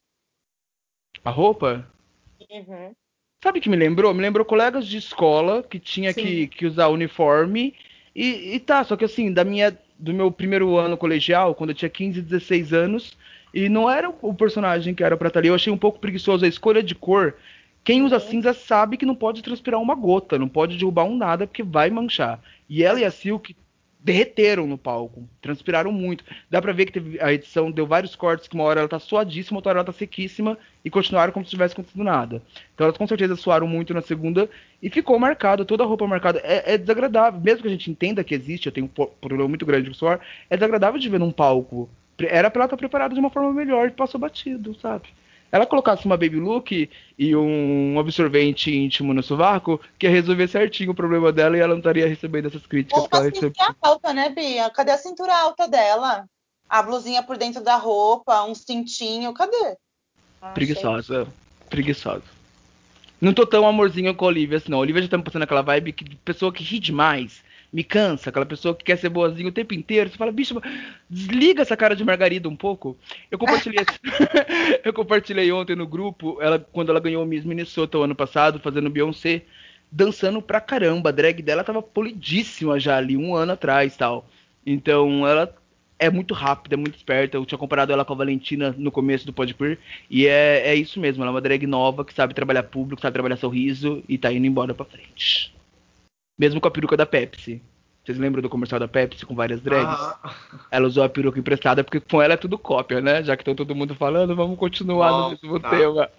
A roupa? Uhum. Sabe o que me lembrou? Me lembrou colegas de escola que tinha Sim. que, que usar uniforme. E, e tá, só que assim, da minha, do meu primeiro ano colegial, quando eu tinha quinze, dezesseis anos, e não era o personagem que era pra estar ali. Eu achei um pouco preguiçoso a escolha de cor. Quem usa Uhum. cinza sabe que não pode transpirar uma gota, não pode derrubar um nada, porque vai manchar. E ela e a Silk derreteram no palco, transpiraram muito. Dá pra ver que teve, a edição deu vários cortes, que uma hora ela tá suadíssima, outra hora ela tá sequíssima, e continuaram como se tivesse acontecido nada. Então elas com certeza suaram muito na segunda, e ficou marcado, toda a roupa marcada. É, é desagradável, mesmo que a gente entenda que existe, eu tenho um problema muito grande com suor, é desagradável de ver num palco. Era pra ela estar preparada de uma forma melhor, e passou batido, sabe? Ela colocasse uma baby look e um absorvente íntimo no sovaco, que ia resolver certinho o problema dela e ela não estaria recebendo essas críticas Ou que a ela recebeu. cintura alta, né, Bia? Cadê a cintura alta dela? A blusinha por dentro da roupa, um cintinho, cadê? Ah, achei. Preguiçosa. Preguiçosa. Não tô tão amorzinho com a Olivia assim, não. A Olivia já tá me passando aquela vibe que de pessoa que ri demais. Me cansa, aquela pessoa que quer ser boazinha o tempo inteiro. Você fala, bicho, desliga essa cara de Margarida um pouco. Eu compartilhei eu compartilhei ontem no grupo, ela, quando ela ganhou o Miss Minnesota o ano passado, fazendo Beyoncé. dançando pra caramba. A drag dela tava polidíssima já ali, um ano atrás tal. Então ela é muito rápida, é muito esperta. Eu tinha comparado ela com a Valentina no começo do Pod Queer. E é, é isso mesmo, ela é uma drag nova que sabe trabalhar público, sabe trabalhar sorriso e tá indo embora pra frente. Mesmo com a peruca da Pepsi. Vocês lembram do comercial da Pepsi com várias drags? Ah, Ela usou a peruca emprestada porque com ela é tudo cópia, né? Já que estão todo mundo falando, vamos continuar no bom, mesmo tá. tema.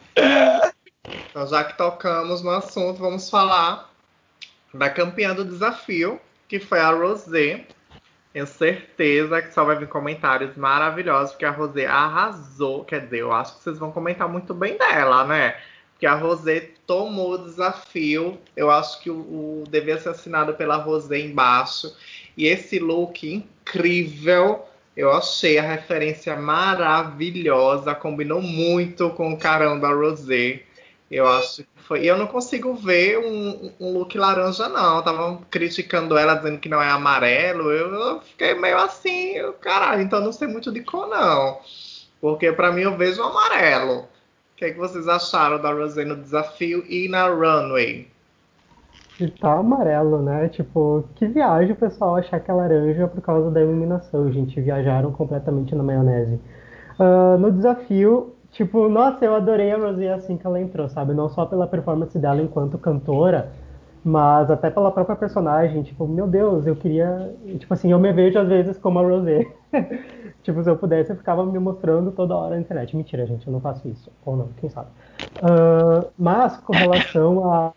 Então, já que tocamos no assunto, vamos falar da campeã do desafio, que foi a Rosé. Tenho certeza que só vai vir comentários maravilhosos, porque a Rosé arrasou. Quer dizer, eu acho que vocês vão comentar muito bem dela, né? Porque a Rosé tomou o desafio. Eu acho que o, o devia ser assinado pela Rosé embaixo. E esse look incrível, eu achei a referência maravilhosa. Combinou muito com o carão da Rosé. Eu acho que foi. E eu não consigo ver um, um look laranja, não. Estavam criticando ela, dizendo que não é amarelo. Eu, eu fiquei meio assim, eu, caralho, então eu não sei muito de cor, não. Porque pra mim eu vejo amarelo. O que, é que vocês acharam da Rosé no desafio e na runway? E tá amarelo, né? Tipo, que viagem o pessoal achar que é laranja por causa da iluminação, gente. Viajaram completamente na maionese. Ah, no desafio, tipo, nossa, eu adorei a Rosie assim que ela entrou, sabe? Não só pela performance dela enquanto cantora, mas até pela própria personagem. Tipo, meu Deus, eu queria. Tipo assim, eu me vejo às vezes como a Rosé. Tipo, se eu pudesse, eu ficava me mostrando toda hora na internet. Mentira, gente, eu não faço isso. Ou não, quem sabe. Ah, mas com relação a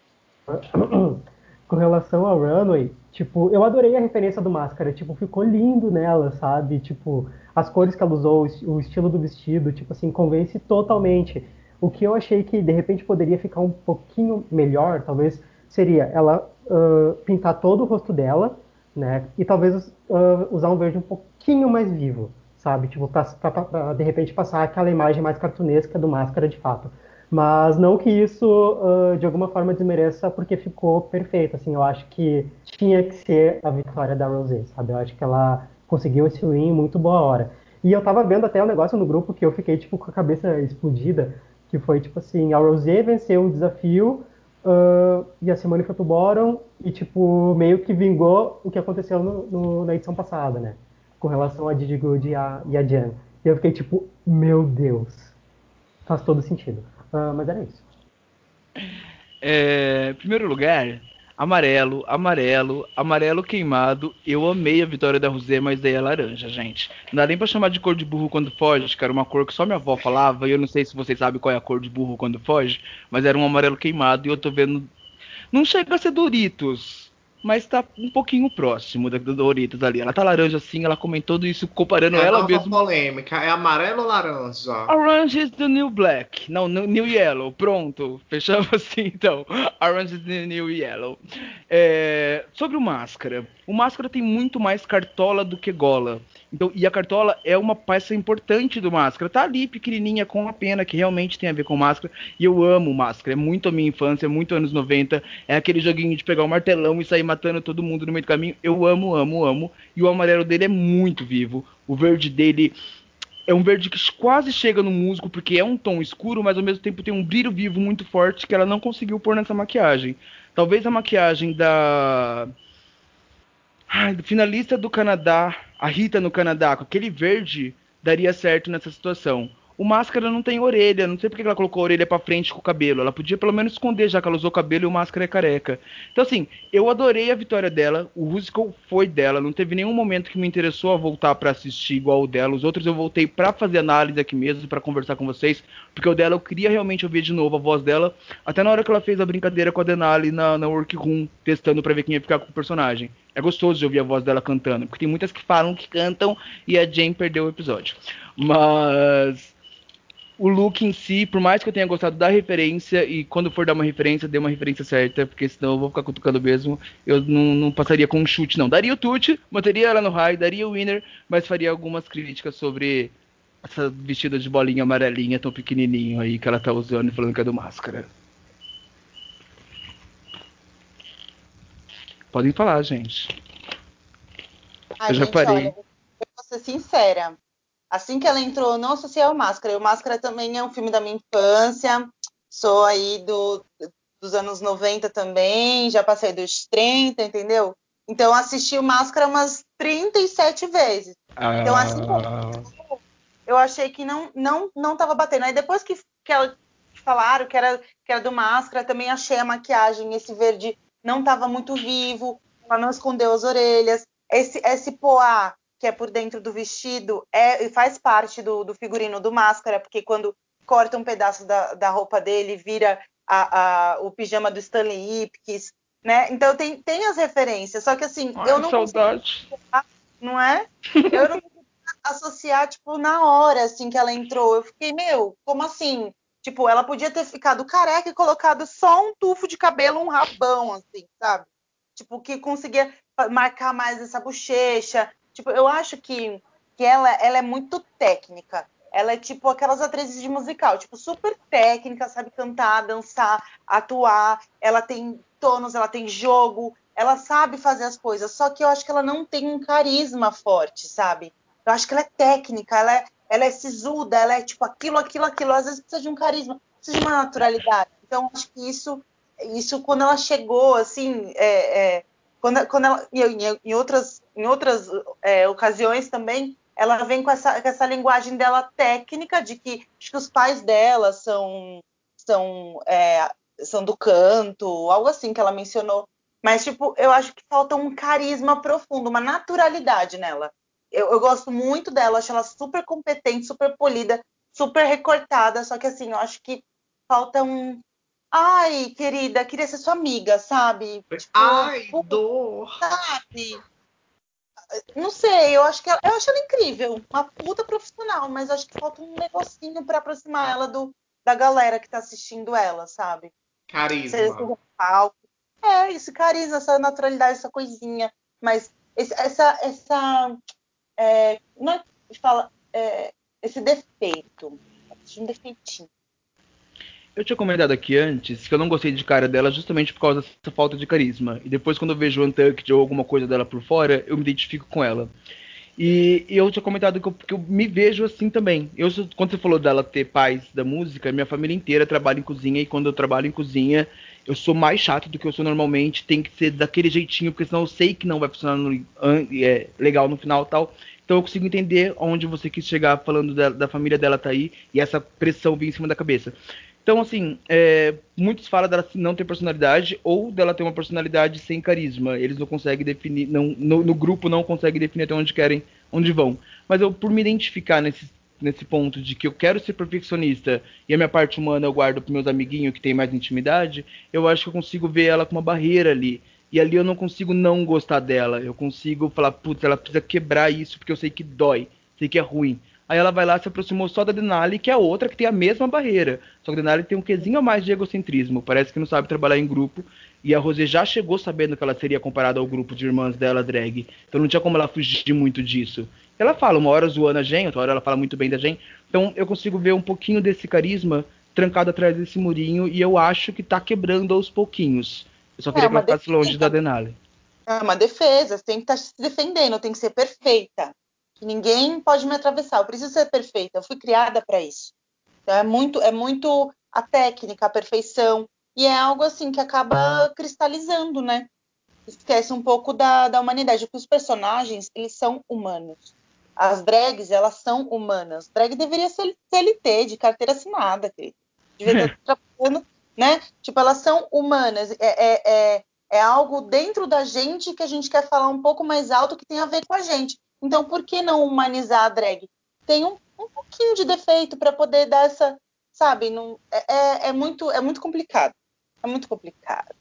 com relação ao Runway, tipo, eu adorei a referência do Máscara, tipo, ficou lindo nela, sabe? Tipo, as cores que ela usou, o estilo do vestido, tipo assim, convence totalmente. O que eu achei que de repente poderia ficar um pouquinho melhor, talvez, seria ela uh, pintar todo o rosto dela, né? E talvez uh, usar um verde um pouquinho mais vivo, sabe? Tipo, pra, pra, pra de repente passar aquela imagem mais cartunesca do Máscara de fato. Mas não que isso uh, de alguma forma desmereça porque ficou perfeito. Assim, eu acho que tinha que ser a vitória da Rosé, sabe? Eu acho que ela conseguiu esse win em muito boa hora. E eu tava vendo até um negócio no grupo que eu fiquei tipo com a cabeça explodida, que foi tipo assim, a Rosé venceu um desafio uh, e a Simone foi pro bottom e tipo meio que vingou o que aconteceu no, no, na edição passada, né? Com relação a Didi Good e a, e a Jen. E eu fiquei tipo, meu Deus, faz todo sentido. Uh, mas era isso. É, primeiro lugar, amarelo, amarelo, amarelo queimado. Eu amei a vitória da Rosé, mas daí é laranja, gente. Não dá nem pra chamar de cor de burro quando foge, cara. Uma cor que só minha avó falava. E eu não sei se vocês sabem qual é a cor de burro quando foge, mas era um amarelo queimado e eu tô vendo. Não chega a ser Doritos, mas tá um pouquinho próximo da do Doritos ali. Ela tá laranja assim, ela comentou isso, comparando É a ela nova mesmo. polêmica. É amarelo ou laranja? Orange is the new black. Não, new yellow. Pronto. Fechamos assim, então. Orange is the new yellow. É, sobre o Máscara. O Máscara tem muito mais cartola do que gola. Então, e a cartola é uma peça importante do Máscara. Tá ali, pequenininha, com a pena, que realmente tem a ver com Máscara. E eu amo o Máscara. É muito a minha infância, é muito anos noventa. É aquele joguinho de pegar o martelão e sair matando todo mundo no meio do caminho. Eu amo, amo, amo. E o amarelo dele é muito vivo. O verde dele é um verde que quase chega no musgo, porque é um tom escuro, mas ao mesmo tempo tem um brilho vivo muito forte que ela não conseguiu pôr nessa maquiagem. Talvez a maquiagem da. Ai, do finalista do Canadá, a Rita no Canadá, com aquele verde, daria certo nessa situação. O Máscara não tem orelha, não sei porque ela colocou a orelha pra frente com o cabelo. Ela podia pelo menos esconder, já que ela usou cabelo e o Máscara é careca. Então, assim, eu adorei a vitória dela. O musical foi dela. Não teve nenhum momento que me interessou a voltar pra assistir igual o dela. Os outros eu voltei pra fazer análise aqui mesmo, pra conversar com vocês. Porque o dela eu queria realmente ouvir de novo a voz dela. Até na hora que ela fez a brincadeira com a Denali na, na workroom, testando pra ver quem ia ficar com o personagem. É gostoso de ouvir a voz dela cantando. Porque tem muitas que falam que cantam e a Jane perdeu o episódio. Mas o look em si, por mais que eu tenha gostado da referência, e quando for dar uma referência, dê uma referência certa, porque senão eu vou ficar cutucando mesmo, eu não, não passaria com um chute, não. Daria o tute, manteria ela no high, daria o winner, mas faria algumas críticas sobre essa vestida de bolinha amarelinha tão pequenininho aí que ela tá usando e falando que é do Máscara. Podem falar, gente. Eu Ai, já gente, olha, parei. eu vou ser sincera. Assim que ela entrou, eu não associei ao Máscara. E o Máscara também é um filme da minha infância. Sou aí do dos anos noventa também, já passei dos trinta, entendeu? Então eu assisti o Máscara umas trinta e sete vezes. Então assim, Ah, eu achei que não não não tava batendo. Aí depois que, que, ela, que falaram que era, que era do Máscara, também achei a maquiagem, esse verde não tava muito vivo, ela não escondeu as orelhas. Esse, esse poá que é por dentro do vestido é, faz parte do, do figurino do Máscara, porque quando corta um pedaço da, da roupa dele, vira a, a, o pijama do Stanley Ipkiss, né? Então tem, tem as referências, só que assim, eu ai, não consigo, saudade. não é? Eu não consigo associar, tipo, na hora, assim, que ela entrou. Eu fiquei, meu, como assim? Tipo, ela podia ter ficado careca e colocado só um tufo de cabelo, um rabão, assim, sabe? Tipo, que conseguia marcar mais essa bochecha. Tipo, eu acho que, que ela, ela é muito técnica. Ela é tipo aquelas atrizes de musical, tipo, super técnica, sabe cantar, dançar, atuar. Ela tem tonos, ela tem jogo, ela sabe fazer as coisas. Só que eu acho que ela não tem um carisma forte, sabe? Eu acho que ela é técnica, ela é, ela é sisuda, ela é tipo aquilo, aquilo, aquilo. Às vezes precisa de um carisma, precisa de uma naturalidade. Então, acho que isso, isso quando ela chegou, assim, é, é, quando, quando ela, em, em outras, em outras é, ocasiões também, ela vem com essa, com essa linguagem dela técnica, de que acho que os pais dela são, são, é, são do canto, algo assim que ela mencionou. Mas, tipo, eu acho que falta um carisma profundo, uma naturalidade nela. Eu, eu gosto muito dela, acho ela super competente, super polida, super recortada, só que assim, eu acho que falta um. Ai, querida, queria ser sua amiga, sabe? Tipo, Ai, putz, dor. sabe? Não sei, eu acho que ela, eu acho ela incrível, uma puta profissional, mas acho que falta um negocinho pra aproximar ela do, da galera que tá assistindo ela, sabe? Seja Carisma. no palco. É, esse carisma, essa naturalidade, essa coisinha, mas esse- essa, essa é, não é que fala, é, esse defeito, um defeitinho. eu tinha comentado aqui antes que eu não gostei de cara dela justamente por causa dessa falta de carisma. E depois, quando eu vejo o Untucked ou alguma coisa dela por fora, eu me identifico com ela. E, e eu tinha comentado que eu, que eu me vejo assim também. Eu, quando você falou dela ter pais da música, minha família inteira trabalha em cozinha. E quando eu trabalho em cozinha, eu sou mais chato do que eu sou normalmente. Tem que ser daquele jeitinho, porque senão eu sei que não vai funcionar no, é, legal no final e tal. Então eu consigo entender onde você quis chegar falando da, da família dela tá aí e essa pressão vir em cima da cabeça. Então, assim, é, muitos falam dela não ter personalidade ou dela ter uma personalidade sem carisma. Eles não conseguem definir, não, no, no grupo não conseguem definir até onde querem, onde vão. Mas eu, por me identificar nesse, nesse ponto de que eu quero ser perfeccionista e a minha parte humana eu guardo para meus amiguinhos que tem mais intimidade, eu acho que eu consigo ver ela com uma barreira ali. E ali eu não consigo não gostar dela. Eu consigo falar, putz, ela precisa quebrar isso porque eu sei que dói, sei que é ruim. Aí ela vai lá, se aproximou só da Denali, que é outra que tem a mesma barreira. Só que a Denali tem um quesinho a mais de egocentrismo. Parece que não sabe trabalhar em grupo. E a Rosé já chegou sabendo que ela seria comparada ao grupo de irmãs dela, drag. Então não tinha como ela fugir muito disso. Ela fala, uma hora zoando a Jen, outra hora ela fala muito bem da Jen. Então eu consigo ver um pouquinho desse carisma trancado atrás desse murinho. E eu acho que tá quebrando aos pouquinhos. Eu só É queria que uma ela ficasse longe da defesa, Denali. é uma defesa, você tem que estar se defendendo, tem que ser perfeita. Ninguém pode me atravessar, eu preciso ser perfeita, eu fui criada para isso. Então é muito, é muito a técnica, a perfeição, e é algo assim que acaba cristalizando, né? Esquece um pouco da, da humanidade, porque os personagens, eles são humanos. As drags, elas são humanas. Drag deveria ser C L T, de carteira assinada, querido. Devia estar trabalhando, né? Tipo, elas são humanas. É, é, é, é algo dentro da gente que a gente quer falar um pouco mais alto que tem a ver com a gente. Então, por que não humanizar a drag? Tem um, um pouquinho de defeito para poder dar essa, sabe? Não, é, é, é muito, é muito complicado. É muito complicado.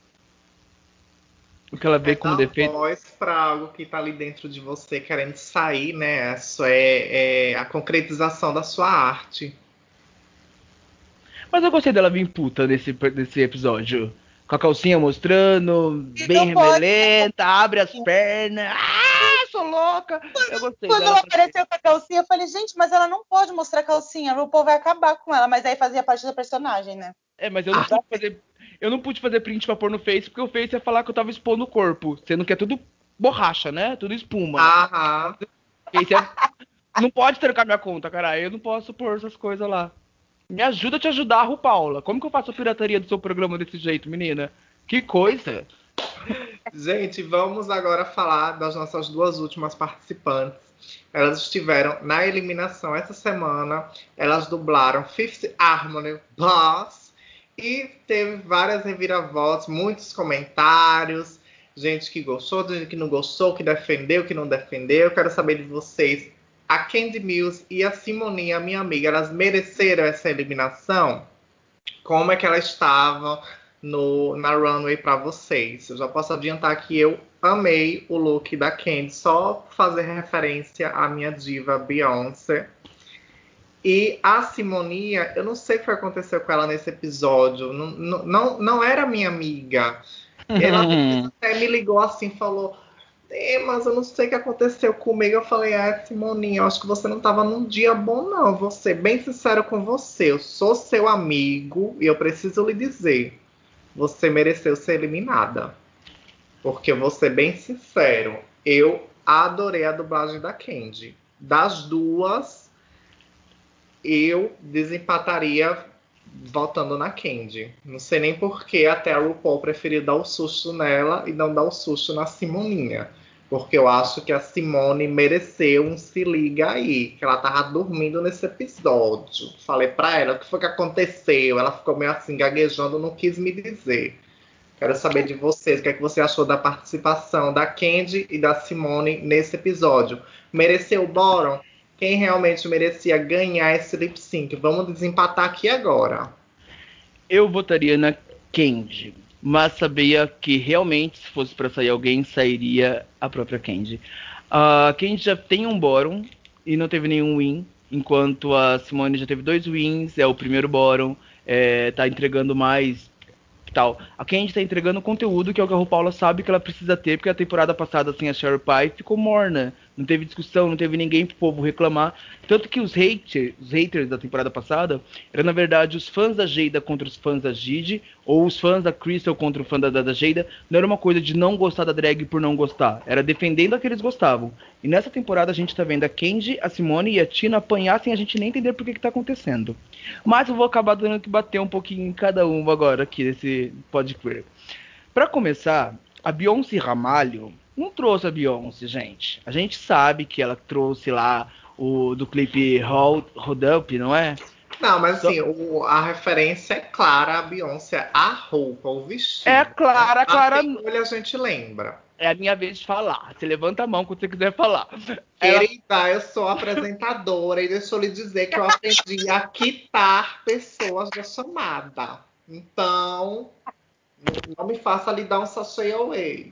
O que ela vê É como dar defeito. voz para algo que está ali dentro de você querendo sair, né? Isso é, é a concretização da sua arte. Mas eu gostei dela vir puta nesse, nesse episódio. Com a calcinha mostrando, E bem não pode. remelenta, abre as pernas. Ah, sou louca! Eu gostei Quando dela ela fazer. apareceu com a calcinha, eu falei, gente, mas ela não pode mostrar a calcinha, o RuPaul vai acabar com ela, mas aí fazia parte da personagem, né? É, mas eu não pude fazer. Eu não pude fazer print pra pôr no Face, porque o Face ia falar que eu tava expondo o corpo. Sendo que é tudo borracha, né? Tudo espuma. Aham. Face é... Não pode trocar minha conta, cara. Eu não posso pôr essas coisas lá. Me ajuda a te ajudar, Ru Paula. Como que eu faço a pirataria do seu programa desse jeito, menina? Que coisa! Gente, vamos agora falar das nossas duas últimas participantes. Elas estiveram na eliminação essa semana. Elas dublaram Fifth Harmony Boss. E teve várias reviravoltas, muitos comentários. Gente que gostou, gente que não gostou, que defendeu, que não defendeu. Eu quero saber de vocês. A Candy Mills e a Simoninha, minha amiga, elas mereceram essa eliminação? Como é que elas estavam no, na runway para vocês? Eu já posso adiantar que eu amei o look da Candy, só fazer referência à minha diva Beyoncé. E a Simoninha, eu não sei o que aconteceu com ela nesse episódio, não, não, não, não era minha amiga. Ela até me ligou assim, falou... É, mas eu não sei o que aconteceu comigo. Eu falei, ah, Simoninha, eu acho que você não estava num dia bom, não. Vou ser bem sincero com você. Eu sou seu amigo e eu preciso lhe dizer: você mereceu ser eliminada. Porque eu vou ser bem sincero. Eu adorei a dublagem da Candy. Das duas, eu desempataria votando na Candy. Não sei nem por que até a RuPaul preferiu dar o susto nela e não dar o susto na Simoninha. Porque eu acho que a Simone mereceu um se liga aí. Que ela tava dormindo nesse episódio. Falei pra ela o que foi que aconteceu. Ela ficou meio assim gaguejando, não quis me dizer. Quero saber de vocês o que é que você achou da participação da Candy e da Simone nesse episódio. Mereceu o bottom? Quem realmente merecia ganhar esse lip sync? Vamos desempatar aqui agora. Eu votaria na Candy, mas sabia que realmente, se fosse para sair alguém, sairia a própria Candy. A Candy já tem um bottom e não teve nenhum win, enquanto a Simone já teve dois wins, é o primeiro bottom, é, tá entregando mais tal. A Candy tá entregando conteúdo que é o que a RuPaula sabe que ela precisa ter, porque a temporada passada, assim, a Sherry Pie ficou morna. Não teve discussão, não teve ninguém pro povo reclamar. Tanto que os haters, os haters da temporada passada eram, na verdade, os fãs da Jada contra os fãs da Gigi, ou os fãs da Crystal contra o fã da, da Jada. Não era uma coisa de não gostar da drag por não gostar. Era defendendo a que eles gostavam. E nessa temporada a gente tá vendo a Candy, a Simone e a Tina apanhar sem a gente nem entender por que que tá acontecendo. Mas eu vou acabar dando que bater um pouquinho em cada uma agora aqui nesse podcast. Pra começar, a Beyoncé Ramalho não trouxe a Beyoncé, gente. A gente sabe que ela trouxe lá o do clipe Hold, Hold Up, não é? Não, mas Só... assim, o, a referência é clara, a Beyoncé, a roupa, o vestido. É clara, né? clara. A a gente lembra. É a minha vez de falar. Você levanta a mão quando você quiser falar. Ela... Querida, eu sou apresentadora e deixa eu lhe dizer que eu aprendi a quitar pessoas da chamada. Então, não me faça lhe dar um sachê away.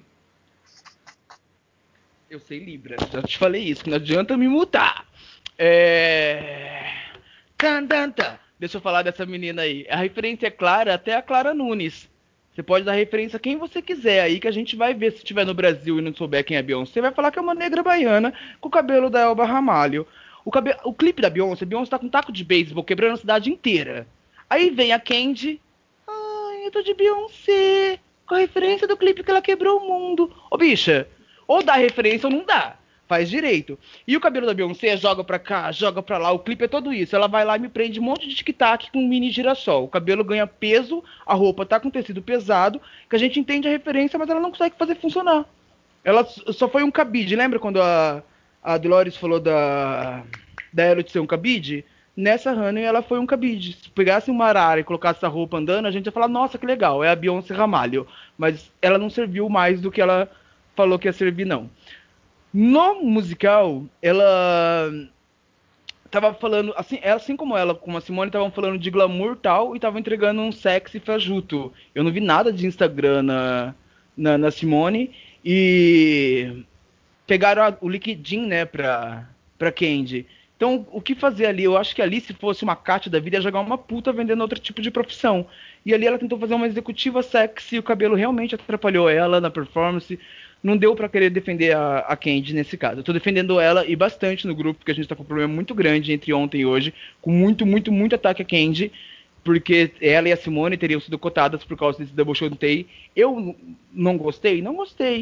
Eu sei Libra, já te falei isso, que não adianta me mutar. É... Tan, tan, tan. Deixa eu falar dessa menina aí. A referência é clara, até a Clara Nunes. Você pode dar referência a quem você quiser aí, que a gente vai ver se estiver no Brasil e não souber quem é Beyoncé. Você vai falar que é uma negra baiana com o cabelo da Elba Ramalho. O, cabe... o clipe da Beyoncé, a Beyoncé tá com um taco de beisebol quebrando a cidade inteira. Aí vem a Candy. Ai, eu tô de Beyoncé. Com a referência do clipe que ela quebrou o mundo. Ô, bicha, ou dá referência ou não dá. Faz direito. E o cabelo da Beyoncé joga pra cá, joga pra lá. O clipe é todo isso. Ela vai lá e me prende um monte de tic-tac com um mini girassol. O cabelo ganha peso, a roupa tá com tecido pesado, que a gente entende a referência, mas ela não consegue fazer funcionar. Ela só foi um cabide. Lembra quando a, a Dolores falou da, da Elliot ser um cabide? Nessa Honey ela foi um cabide. Se pegasse uma arara e colocasse essa roupa andando, a gente ia falar, nossa, que legal, é a Beyoncé Ramalho. Mas ela não serviu mais do que ela falou que ia servir, não. No musical, ela tava falando, assim, assim como ela, como a Simone, estavam falando de glamour e tal, e tava entregando um sexy fajuto. Eu não vi nada de Instagram na, na, na Simone, e pegaram a, o liquidinho, né, pra, pra Candy. Então, o que fazer ali? Eu acho que ali, se fosse uma Kátia da vida, ia jogar uma puta vendendo outro tipo de profissão. E ali ela tentou fazer uma executiva sexy, e o cabelo realmente atrapalhou ela na performance. Não deu pra querer defender a, a Candy nesse caso. Eu tô defendendo ela e bastante no grupo, porque a gente tá com um problema muito grande entre ontem e hoje, com muito, muito, muito ataque a Candy, porque ela e a Simone teriam sido cotadas por causa desse double show do Tay. Eu não gostei? Não gostei.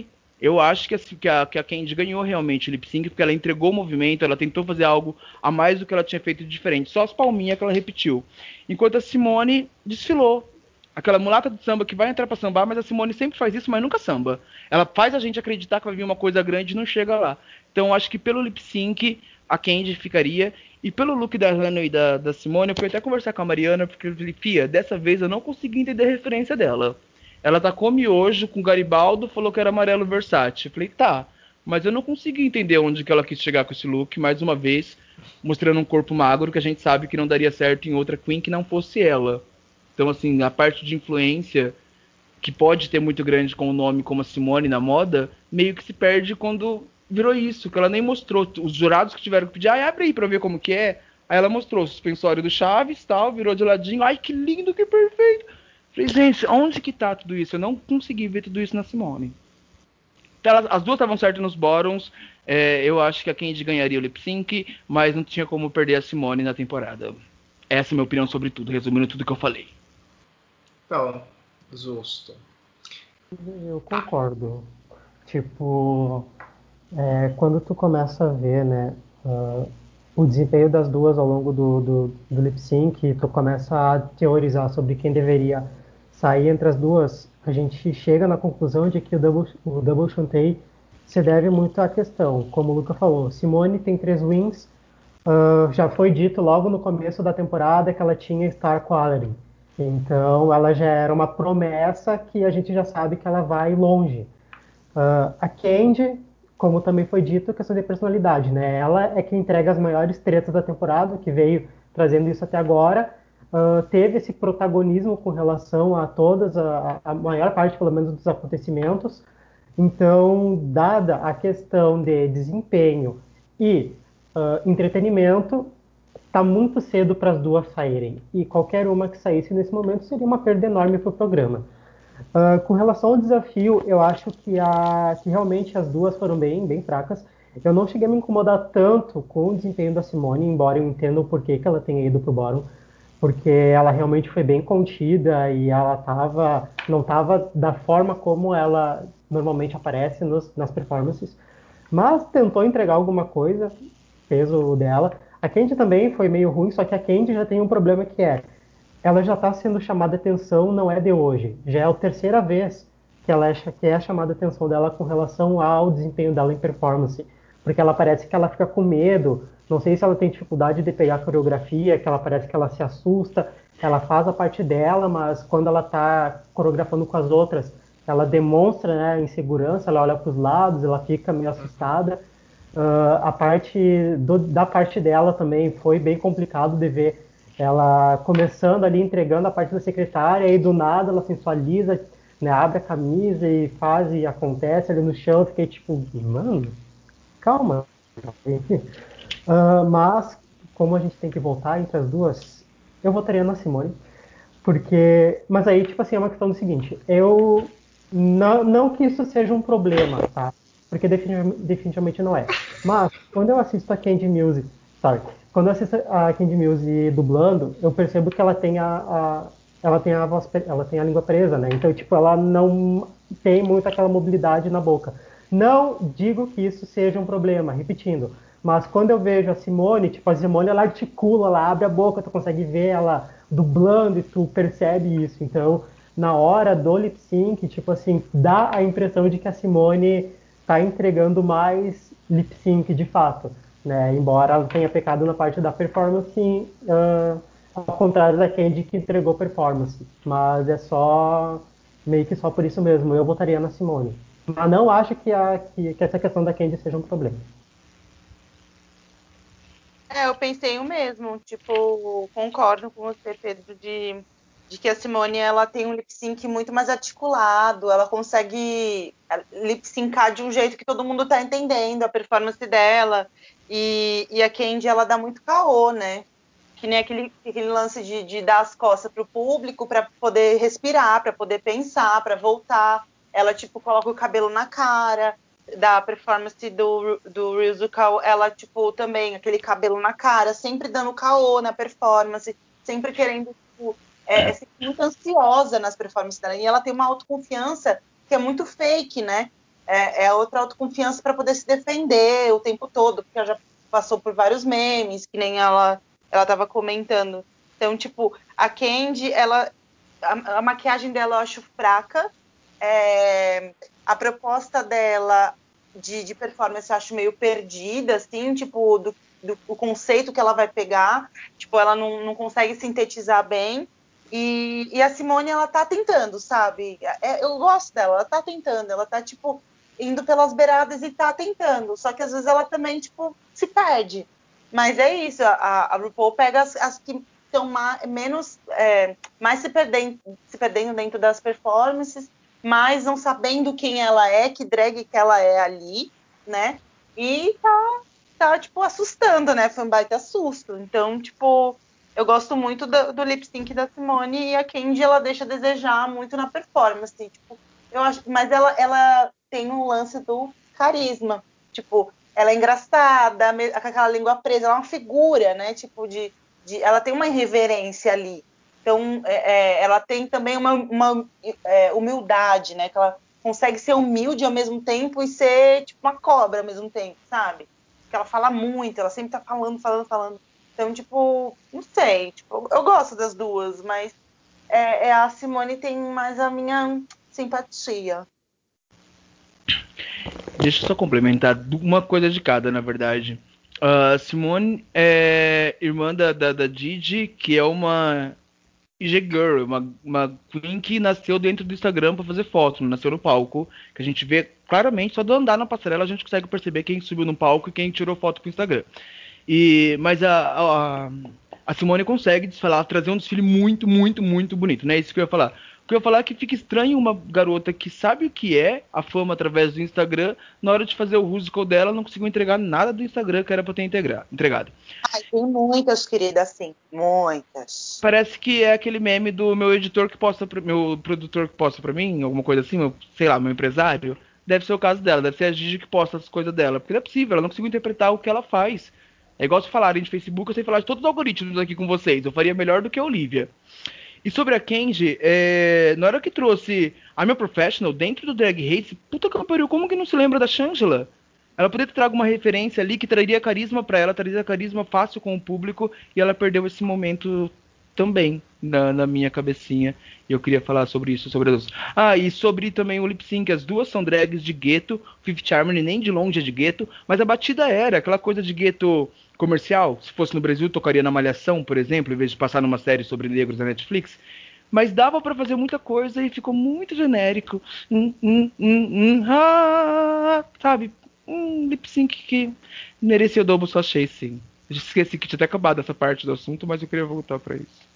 Eu acho que, assim, que, a, que a Candy ganhou realmente o lip sync, porque ela entregou o movimento, ela tentou fazer algo a mais do que ela tinha feito de diferente. Só as palminhas que ela repetiu. Enquanto a Simone desfilou. Aquela mulata de samba que vai entrar pra sambar, mas a Simone sempre faz isso, mas nunca samba. Ela faz a gente acreditar que vai vir uma coisa grande e não chega lá. Então, eu acho que pelo lip sync, a Candy ficaria. E pelo look da Hannah e da, da Simone, eu fui até conversar com a Mariana, porque eu falei, Fia, dessa vez eu não consegui entender a referência dela. Ela tacou miojo com Garibaldo, falou que era amarelo Versace. Eu falei, tá, mas eu não consegui entender onde que ela quis chegar com esse look, mais uma vez, mostrando um corpo magro que a gente sabe que não daria certo em outra Queen que não fosse ela. Então, assim, a parte de influência, que pode ter muito grande com o nome como a Simone na moda, meio que se perde quando virou isso, que ela nem mostrou. Os jurados que tiveram que pedir, ai, abre aí pra ver como que é. Aí ela mostrou o suspensório do Chaves, tal, virou de ladinho, ai, que lindo, que perfeito. Falei, gente, onde que tá tudo isso? Eu não consegui ver tudo isso na Simone. Então, elas, as duas estavam certas nos bottoms. É, eu acho que a Candy ganharia o lip sync, mas não tinha como perder a Simone na temporada. Essa é a minha opinião sobre tudo, resumindo tudo que eu falei. Então, justo. Eu concordo. Tipo, é, quando tu começa a ver, né, uh, o desempenho das duas ao longo do, do, do lip sync, tu começa a teorizar sobre quem deveria sair entre as duas, a gente chega na conclusão de que o Double, o double Chantay se deve muito à questão, como o Luca falou, Simone tem três wins, uh, já foi dito logo no começo da temporada que ela tinha Star Quality, então ela já era uma promessa que a gente já sabe que ela vai longe. Uh, a Candy, como também foi dito, questão de personalidade, né? Ela é que entrega as maiores tretas da temporada, que veio trazendo isso até agora. Uh, teve esse protagonismo com relação a todas, a, a maior parte, pelo menos, dos acontecimentos. Então, dada a questão de desempenho e uh, entretenimento, está muito cedo para as duas saírem. E qualquer uma que saísse nesse momento seria uma perda enorme para o programa. Uh, com relação ao desafio, eu acho que, a, que realmente as duas foram bem, bem fracas. Eu não cheguei a me incomodar tanto com o desempenho da Simone, embora eu entenda o porquê que ela tenha ido pro bottom, porque ela realmente foi bem contida e ela tava, não estava da forma como ela normalmente aparece nos, nas performances, mas tentou entregar alguma coisa, fez o dela. A Candy também foi meio ruim, só que a Candy já tem um problema que é ela já está sendo chamada atenção, não é de hoje. Já é a terceira vez que ela é, que é chamada a atenção dela com relação ao desempenho dela em performance. Porque ela parece que ela fica com medo, não sei se ela tem dificuldade de pegar a coreografia, que ela parece que ela se assusta, ela faz a parte dela, mas quando ela está coreografando com as outras, ela demonstra, né, insegurança, ela olha para os lados, ela fica meio assustada. Uh, a parte do, da parte dela também foi bem complicado de ver ela começando ali, entregando a parte da secretária, e do nada ela sensualiza, né, abre a camisa e faz e acontece ali no chão. Eu fiquei tipo, mano, calma. Uh, mas, como a gente tem que voltar entre as duas, eu votaria na Simone. Porque, mas aí, tipo assim, é uma questão do seguinte, eu, não, não que isso seja um problema, tá? Porque definitivamente, definitivamente não é. Mas, quando eu assisto a Candy Muse, sorry, quando eu assisto a Candy Muse dublando, eu percebo que ela tem a, a ela tem a voz, ela tem a língua presa, né? Então, tipo, ela não tem muito aquela mobilidade na boca. Não digo que isso seja um problema, repetindo, mas quando eu vejo a Simone, tipo, a Simone, ela articula, ela abre a boca, tu consegue ver ela dublando e tu percebe isso. Então, na hora do lip sync, tipo assim, dá a impressão de que a Simone tá entregando mais lip sync de fato, né? Embora ela tenha pecado na parte da performance, uh, ao contrário da Candy que entregou performance. Mas é só meio que só por isso mesmo. Eu votaria na Simone. Mas não acho que, a, que, que essa questão da Candy seja um problema. É, eu pensei o mesmo, tipo, concordo com você, Pedro, de, de que a Simone, ela tem um lip sync muito mais articulado, ela consegue lip syncar de um jeito que todo mundo tá entendendo a performance dela, e, e a Candy, ela dá muito caô, né? Que nem aquele, aquele lance de, de dar as costas pro público para poder respirar, para poder pensar, para voltar. Ela, tipo, coloca o cabelo na cara, da performance do, do Ryuzuka, ela, tipo, também, aquele cabelo na cara, sempre dando caô na performance, sempre querendo, tipo, é, é sempre muito ansiosa nas performances dela, e ela tem uma autoconfiança que é muito fake, né? é, é outra autoconfiança para poder se defender o tempo todo, porque ela já passou por vários memes, que nem ela ela estava comentando. Então, tipo, a Candy, ela, a, a maquiagem dela eu acho fraca, é, a proposta dela de, de performance eu acho meio perdida, assim, tipo, do, do, do conceito que ela vai pegar, tipo, ela não, não consegue sintetizar bem. E, e a Simone, ela tá tentando, sabe? É, eu gosto dela, ela tá tentando, ela tá, tipo, indo pelas beiradas e tá tentando. Só que às vezes ela também, tipo, se perde. Mas é isso, a, a RuPaul pega as, as que estão ma- menos, é, mais se perdendo, se perdendo dentro das performances, mais não sabendo quem ela é, que drag que ela é ali, né? E tá, tá tipo, assustando, né? Foi um baita susto. Então, tipo, eu gosto muito do, do lip sync da Simone e a Candy, ela deixa a desejar muito na performance, tipo, eu acho, mas ela, ela tem um lance do carisma, tipo, ela é engraçada, com aquela língua presa, ela é uma figura, né, tipo, de, de ela tem uma irreverência ali, então, é, é, ela tem também uma, uma é, humildade, né, que ela consegue ser humilde ao mesmo tempo e ser, tipo, uma cobra ao mesmo tempo, sabe, porque ela fala muito, ela sempre tá falando, falando, falando. Então, tipo, não sei, tipo, eu gosto das duas, mas é, é a Simone tem mais a minha simpatia. Deixa eu só complementar uma coisa de cada, na verdade. A Simone é irmã da, da, da Didi, que é uma I G Girl, uma, uma queen que nasceu dentro do Instagram pra fazer foto, não nasceu no palco, que a gente vê claramente, só de andar na passarela a gente consegue perceber quem subiu no palco e quem tirou foto pro Instagram. E, mas a, a, a Simone consegue desfilar, trazer um desfile muito, muito, muito bonito, né? Isso que eu ia falar. O que eu ia falar é que fica estranho uma garota que sabe o que é a fama através do Instagram, na hora de fazer o musical dela, não conseguiu entregar nada do Instagram que era pra ter integrar, entregado. Ai, tem muitas, querida, assim, muitas. Parece que é aquele meme do meu editor que posta, pra, meu produtor que posta pra mim, alguma coisa assim, meu, sei lá, meu empresário. Deve ser o caso dela, deve ser a Gigi que posta as coisas dela, porque não é possível, ela não conseguiu interpretar o que ela faz. É igual se falarem de Facebook, eu sei falar de todos os algoritmos aqui com vocês, eu faria melhor do que a Olivia. E sobre a Kenji, é, na hora que trouxe a meu Professional dentro do Drag Race, puta que pariu, como que não se lembra da Shangela? Ela poderia ter trago uma referência ali que traria carisma pra ela, traria carisma fácil com o público, e ela perdeu esse momento também na, na minha cabecinha. E eu queria falar sobre isso, sobre as duas. Ah, e sobre também o lip sync. As duas são drags de gueto. Fifth Harmony nem de longe é de gueto, mas a batida era aquela coisa de gueto comercial. Se fosse no Brasil, tocaria na Malhação, por exemplo, em vez de passar numa série sobre negros na Netflix. Mas dava pra fazer muita coisa e ficou muito genérico. Hum, hum, hum, hum, ah, sabe? Um lip sync que merecia o dobro, só achei sim. Eu esqueci que tinha até acabado essa parte do assunto, mas eu queria voltar pra isso.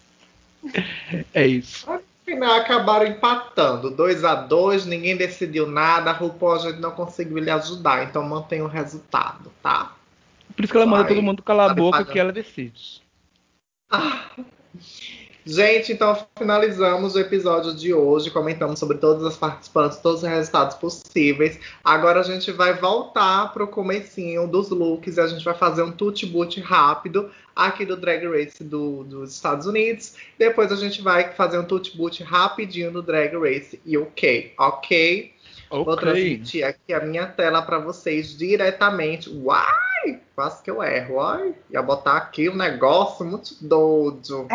É isso. No final acabaram empatando. dois a dois, ninguém decidiu nada. A RuPaul a gente não conseguiu lhe ajudar. Então mantém o resultado, tá? Por isso que ela manda todo Vai. mundo calar a Sabe boca que pagar. ela decide. Ah. Gente, então finalizamos o episódio de hoje. Comentamos sobre todas as participantes, todos os resultados possíveis. Agora a gente vai voltar pro comecinho dos looks e a gente vai fazer um tute-boot rápido aqui do Drag Race do, dos Estados Unidos. Depois a gente vai fazer um tute-boot rapidinho do Drag Race U K, ok? Vou Ok. transmitir aqui a minha tela para vocês diretamente. Uai! Quase que eu erro. Uai! Ia botar aqui um negócio muito doido.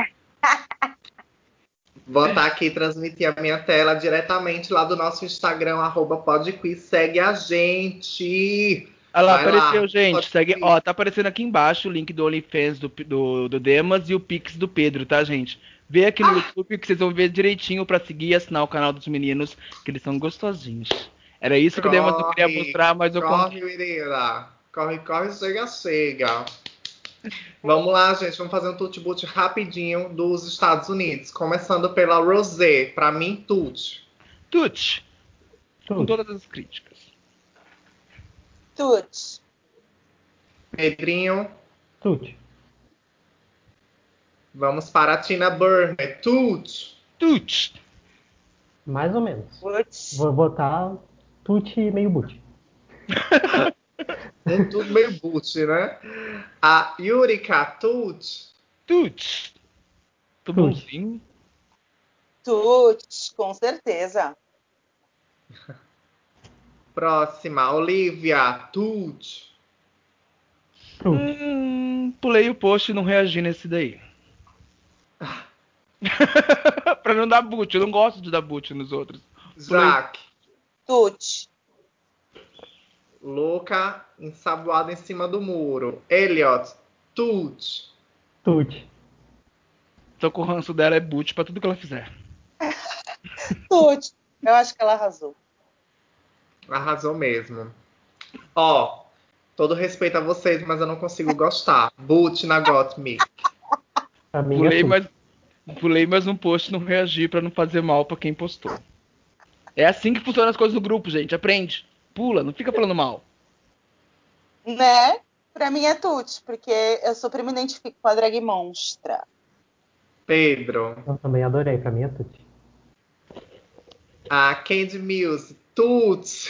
Vou botar aqui e transmitir a minha tela diretamente lá do nosso Instagram, arroba podquiz. Segue a gente. Olha lá, Vai apareceu, lá, gente. Segue, podquiz. ó, tá aparecendo aqui embaixo o link do OnlyFans do, do, do Demas e o Pix do Pedro, tá, gente? Vê aqui no Ah, YouTube que vocês vão ver direitinho pra seguir e assinar o canal dos meninos, que eles são gostosinhos. Era isso que o Demas não queria corre, mostrar, mas eu corre, contei. menina. Corre, corre, chega, chega. Vamos lá, gente. Vamos fazer um tute-boot rapidinho dos Estados Unidos. Começando pela Rosé. Pra mim, tute. Tut, com Tudo. todas as críticas. Tuts. Pedrinho. Tudo. Vamos para a Tina Burner. Tute. Tut. Mais ou menos. Tuts. Vou botar tutti meio boot. Um tudo meio boot, né? A Yurika Tute. Tut. Tô Tutti. bonzinho. Tuts, com certeza. Próxima, Olivia Tucci. Hum, pulei o post e não reagi nesse daí. Pra não dar boot, eu não gosto de dar boot nos outros. Pulei. Jaque. Tuti. Louca ensaboada em cima do muro. Elliot. Tucci. Tuti. Tô com o ranço dela, é boot pra tudo que ela fizer. Tuti. Eu acho que ela arrasou. Arrasou mesmo. Ó, todo respeito a vocês, mas eu não consigo gostar. Boot na Got Me. Pra mim Pulei, é Tuti. mais, pulei mais um post e não reagi pra não fazer mal pra quem postou. É assim que funcionam as coisas no grupo, gente. Aprende. Pula, não fica falando mal. Né? Pra mim é Tuti, porque eu super me identifico com a drag monstra. Pedro. Eu também adorei, pra mim é Tuti. A Candy Mills. Tuts.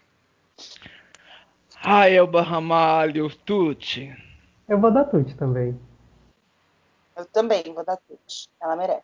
Ai, Elba Ramalho, Tuti. Eu vou dar Tuti também. Eu também vou dar Tuti. Ela merece.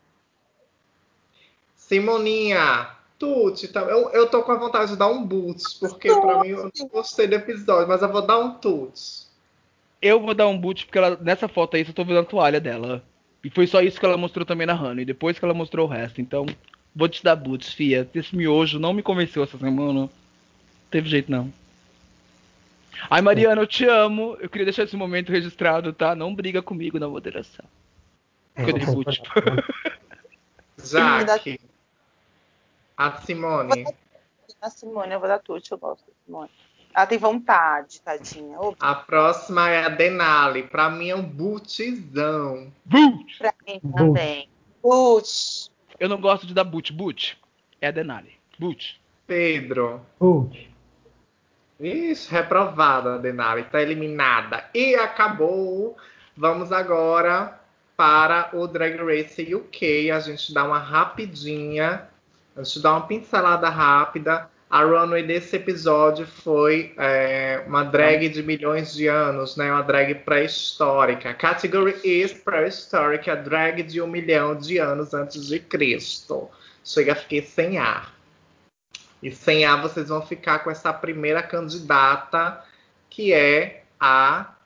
Simoninha. Tuts. Tá? Eu, eu tô com a vontade de dar um boots, porque Tuti. pra mim eu não gostei do episódio, mas eu vou dar um tuts. Eu vou dar um boot porque ela, nessa foto aí eu tô vendo a toalha dela. E foi só isso que ela mostrou também na Honey. Depois que ela mostrou o resto. Então, vou te dar boots, fia. Esse miojo não me convenceu essa semana. Não teve jeito, não. Ai, Mariana, eu te amo. Eu queria deixar esse momento registrado, tá? Não briga comigo na moderação. Eu Porque eu vou dei boot. concordar. Jaque. A Simone. A Simone, eu vou dar Tuti, eu gosto da Simone. Ela tem vontade, tadinha. Ô, A próxima é a Denali. Pra mim é um bootzão. Boot! pra mim Boot. também. Tuti. Eu não gosto de dar boot. Boot é a Denali. Boot. Pedro. Tuti. Ixi, reprovada a Denali. Tá eliminada. E acabou. Vamos agora para o Drag Race U K. A gente dá uma rapidinha. A gente dá uma pincelada rápida. A runway desse episódio foi é, uma drag de milhões de anos, né? Uma drag pré-histórica. Category is pré-histórica, a drag de um milhão de anos antes de Cristo. Chega, fiquei sem ar. E sem ar vocês vão ficar com essa primeira candidata, que é a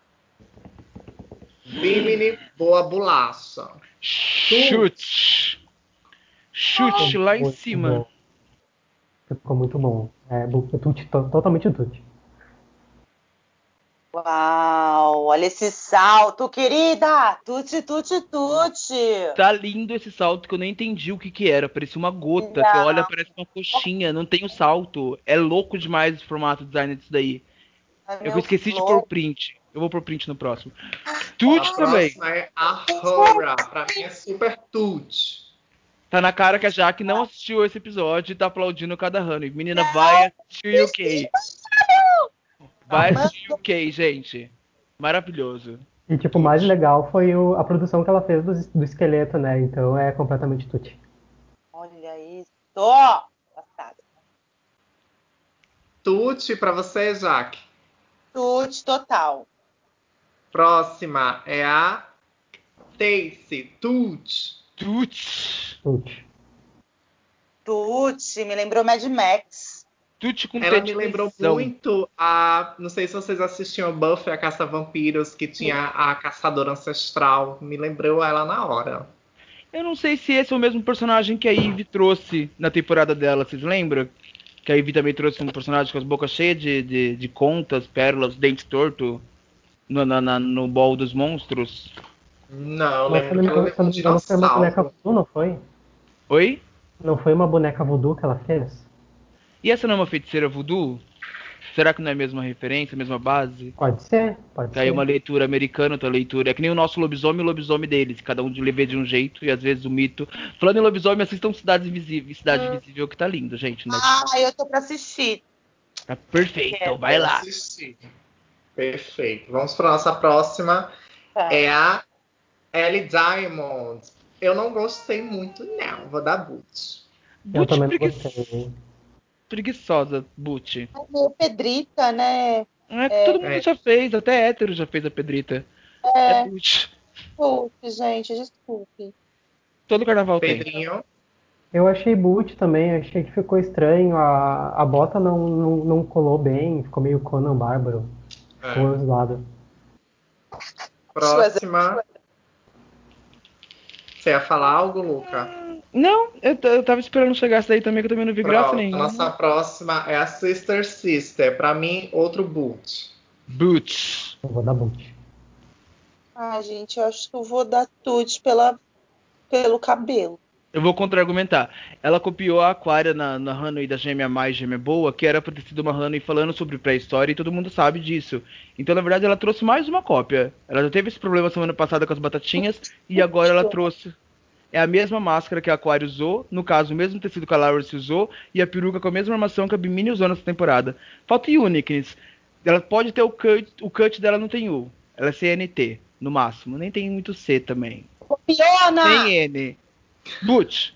Bimini Boa Bolacha. Chute. Chute lá em Muito cima. bom. Ficou muito bom. É, bu- Tuti, to- totalmente Tuti. Uau, olha esse salto, querida! Tuti, tuti, tuti! Tá lindo esse salto que eu nem entendi o que que era. Parecia uma gota. Você olha, Não, parece uma coxinha. Não tem o salto. É louco demais o formato design disso daí. é É que eu meu esqueci de pôr flow. print. Eu vou pôr print no próximo. A Tuti também. próxima é a Hora. Pra mim é super tut. Tá na cara que a Jaque não assistiu esse episódio e tá aplaudindo cada Honey. Menina, vai assistir U K. Vai assistir U K, gente. Maravilhoso. E, tipo, o mais legal foi o- a produção que ela fez do, do esqueleto, né? Então é completamente Tuti. Olha isso! Passada. Tut pra você, Jaque. Tuti total. Próxima é a Tacy. Tut. Tuti. Tuti. Tuti, me lembrou Mad Max. Tuti com Ela T me de lembrou tesão. muito a. Não sei se vocês assistiam Buffy, a Caça-Vampiros, que tinha a caçadora ancestral. Me lembrou ela na hora. Eu não sei se esse é o mesmo personagem que a Ivy trouxe na temporada dela, vocês lembram? Que a Ivy também trouxe um personagem com as bocas cheias de, de, de contas, pérolas, dente torto no, na, na- no bol dos monstros. Não, eu Mas se eu lembro não que me ela engano, se eu levou um não me engano, foi uma boneca dinossauro. voodoo, não foi? Oi? Não foi uma boneca voodoo que ela fez? E essa não é uma feiticeira voodoo? Será que não é a mesma referência, a mesma base? Pode ser, pode Tá aí uma ser. leitura americana, outra leitura. É que nem o nosso lobisomem e o lobisomem deles. Cada um de lê de um jeito e às vezes o mito. Falando em lobisomem, assistam Cidades Invisíveis. Cidade Hum. Invisível que tá lindo, gente. Né? Ah, eu tô pra assistir. Tá perfeito, Quero. vai Eu lá. assisti. Perfeito. Vamos para nossa próxima. Tá. É a Ellie Diamond. Eu não gostei muito, não. Vou dar boot. Eu Boot também não pregui... gostei. preguiçosa, Boot. É meio Pedrita, né? É, É, todo mundo É, já fez, até hétero já fez a pedrita. É é. Boot. Desculpe, gente, desculpe. Todo carnaval tem. Pedrinho. Eu achei boot também, achei que ficou estranho. A, a bota não, não, não colou bem, ficou meio Conan Bárbaro. É. Ficou zoado. Próxima. Você ia falar algo, Luca? Não, eu, t- eu tava esperando chegar essa daí também, que eu também não vi graça Pronto, a nenhuma. nossa próxima é a Sister Sister. Pra mim, outro boot. Boots. Eu vou dar boot. Ah, gente, eu acho que eu vou dar tudo pela, pelo cabelo. Eu vou contra-argumentar. Ela copiou a Aquária na, na Hanoi da Gêmea Mais, Gêmea Boa, que era pra ter sido uma Hanoi falando sobre pré-história e todo mundo sabe disso. Então, na verdade, ela trouxe mais uma cópia. Ela já teve esse problema semana passada com as batatinhas e agora ela trouxe. É a mesma máscara que a Aquária usou, no caso, o mesmo tecido que a Lawrence usou e a peruca com a mesma armação que a Bimini usou nessa temporada. Falta Uniqueness. Ela pode ter o cut, o cut dela não tem U. Ela é C N T, no máximo. Nem tem muito C também. Copiona! Nem N. Butch.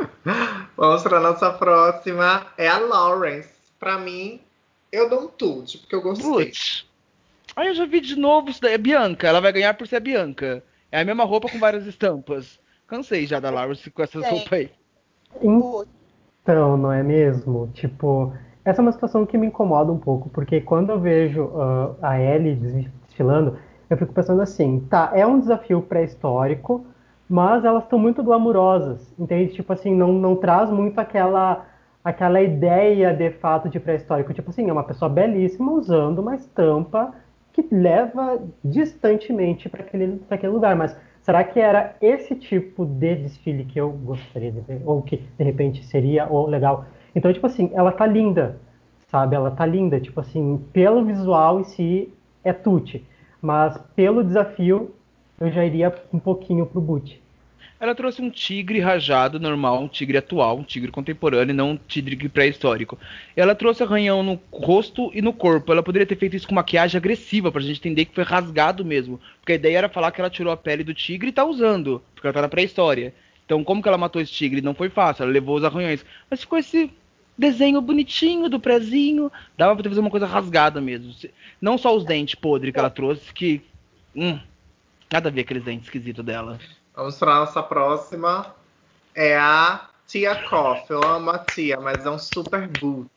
Vamos pra nossa próxima. É a Lawrence. Pra mim, eu dou um tute, porque eu gostei. Butch. Aí eu já vi de novo isso daí. É Bianca. Ela vai ganhar por ser a Bianca. É a mesma roupa com várias estampas. Cansei já da Lawrence com essas Sim. roupas aí. Boot. Então, não é mesmo? Tipo, essa é uma situação que me incomoda um pouco, porque quando eu vejo ah, a Ellie des- desfilando, eu fico pensando assim, tá, é um desafio pré-histórico, mas elas estão muito glamurosas, entende? Tipo assim, não, não traz muito aquela, aquela ideia de fato de pré-histórico. Tipo assim, é uma pessoa belíssima usando uma estampa que leva distantemente para aquele, pra aquele lugar, mas será que era esse tipo de desfile que eu gostaria de ver? Ou que, de repente, seria ou legal? Então, tipo assim, ela tá linda, sabe? Ela tá linda, tipo assim, pelo visual em si, é tute. Mas pelo desafio, eu já iria um pouquinho pro boot. Ela trouxe um tigre rajado normal, um tigre atual, um tigre contemporâneo, não um tigre pré-histórico. Ela trouxe arranhão no rosto e no corpo. Ela poderia ter feito isso com maquiagem agressiva, pra gente entender que foi rasgado mesmo. Porque a ideia era falar que ela tirou a pele do tigre e tá usando, porque ela tá na pré-história. Então, como que ela matou esse tigre? Não foi fácil, ela levou os arranhões. Mas ficou esse desenho bonitinho do prezinho. Dava pra ter fazer uma coisa rasgada mesmo. Não só os dentes podres que ela trouxe, que. Hum, nada a ver aqueles dentes esquisitos dela. Vamos pra nossa próxima. É a Tia Coffee. Eu amo a tia, mas é um super boot.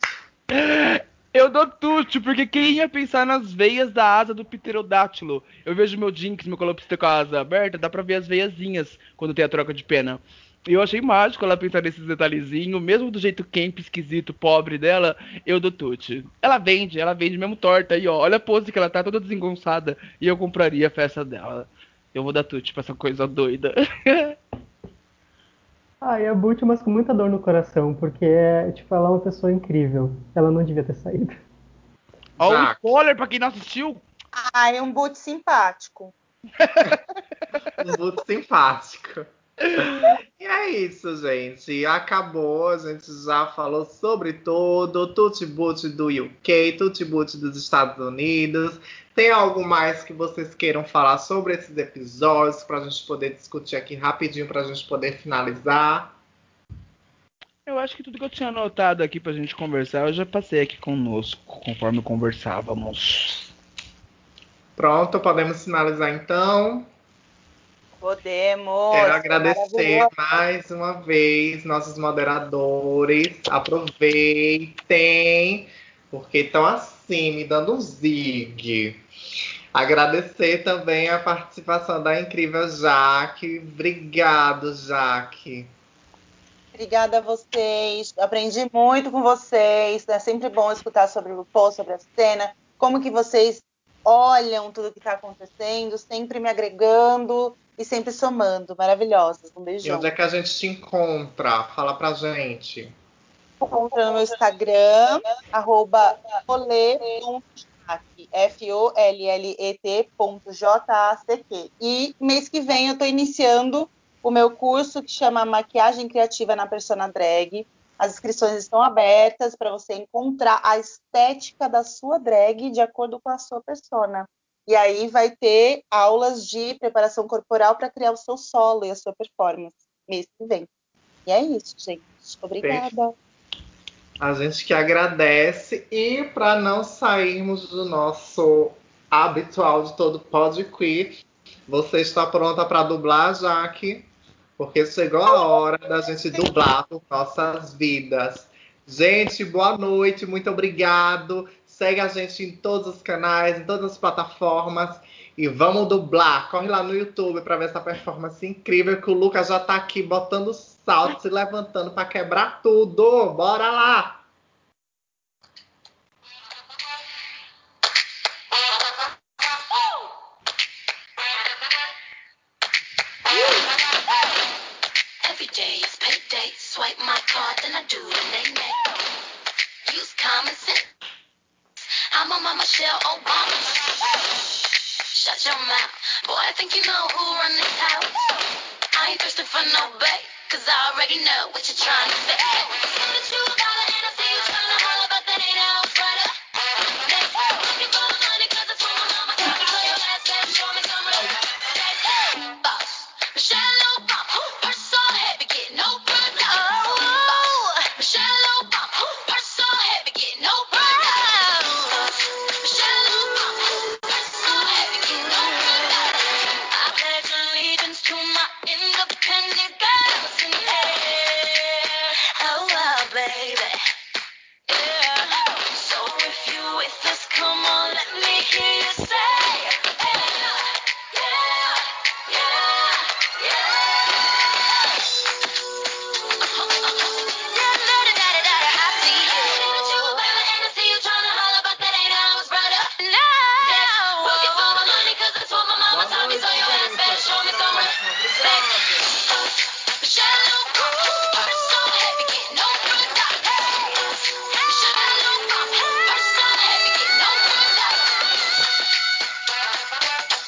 Eu dou tute, porque quem ia pensar nas veias da asa do pterodátilo? Eu vejo meu Jinx, meu Colopsita com a asa aberta, dá pra ver as veiazinhas quando tem a troca de pena. E eu achei mágico ela pensar nesses detalhezinhos, mesmo do jeito camp, esquisito, pobre dela, eu dou tute. Ela vende, ela vende mesmo torta aí, ó. Olha a pose que ela tá, toda desengonçada, e eu compraria a festa dela. Eu vou dar tute pra essa coisa doida. Ah, e a Boot, mas com muita dor no coração, porque, tipo, ela é uma pessoa incrível. Ela não devia ter saído. Ó, o Jaque. spoiler pra quem não assistiu. Ah, é um boot simpático. Um boot simpático. E é isso, gente. Acabou. A gente já falou sobre tudo. Tutti-Boot do U K, Tutti-Boot dos Estados Unidos. Tem algo mais que vocês queiram falar sobre esses episódios para a gente poder discutir aqui rapidinho para a gente poder finalizar? Eu acho que tudo que eu tinha anotado aqui pra gente conversar, eu já passei aqui conosco, conforme conversávamos. Pronto, podemos finalizar então. Podemos. Quero Foi agradecer maravilhoso. mais uma vez nossos moderadores. Aproveitem, porque estão assim, me dando um zig. Agradecer também a participação da incrível Jaque. Obrigado, Jaque. Obrigada a vocês. Aprendi muito com vocês. É sempre bom escutar sobre o RuPaul, sobre a cena, como que vocês olham tudo que está acontecendo, sempre me agregando e sempre somando. Maravilhosas. Um E onde beijão. é que a gente te encontra? Fala pra gente. Encontra no meu Instagram, arroba folê.jaque, F O L L E T ponto J A C Q. E mês que vem eu estou iniciando o meu curso que chama Maquiagem Criativa na Persona Drag. As inscrições estão abertas para você encontrar a estética da sua drag de acordo com a sua persona. E aí vai ter aulas de preparação corporal para criar o seu solo e a sua performance mês que vem. E é isso, gente. Obrigada. A gente que agradece. E para não sairmos do nosso habitual de todo Pod Queer, você está pronta para dublar, Jaque? porque chegou a hora da gente dublar por nossas vidas. Gente, boa noite, muito obrigado. Segue a gente em todos os canais, em todas as plataformas. E vamos dublar. Corre lá no YouTube para ver essa performance incrível que o Lucas já tá aqui botando salto, se levantando para quebrar tudo. Bora lá! Every day is payday. Swipe my card, then I do the nay-nay. Use common sense. I'm on my Michelle Obama. Shut your mouth. Boy, I think you know who run this house. I ain't thirsty for no bait, cause I already know what you're trying to say. Something that you got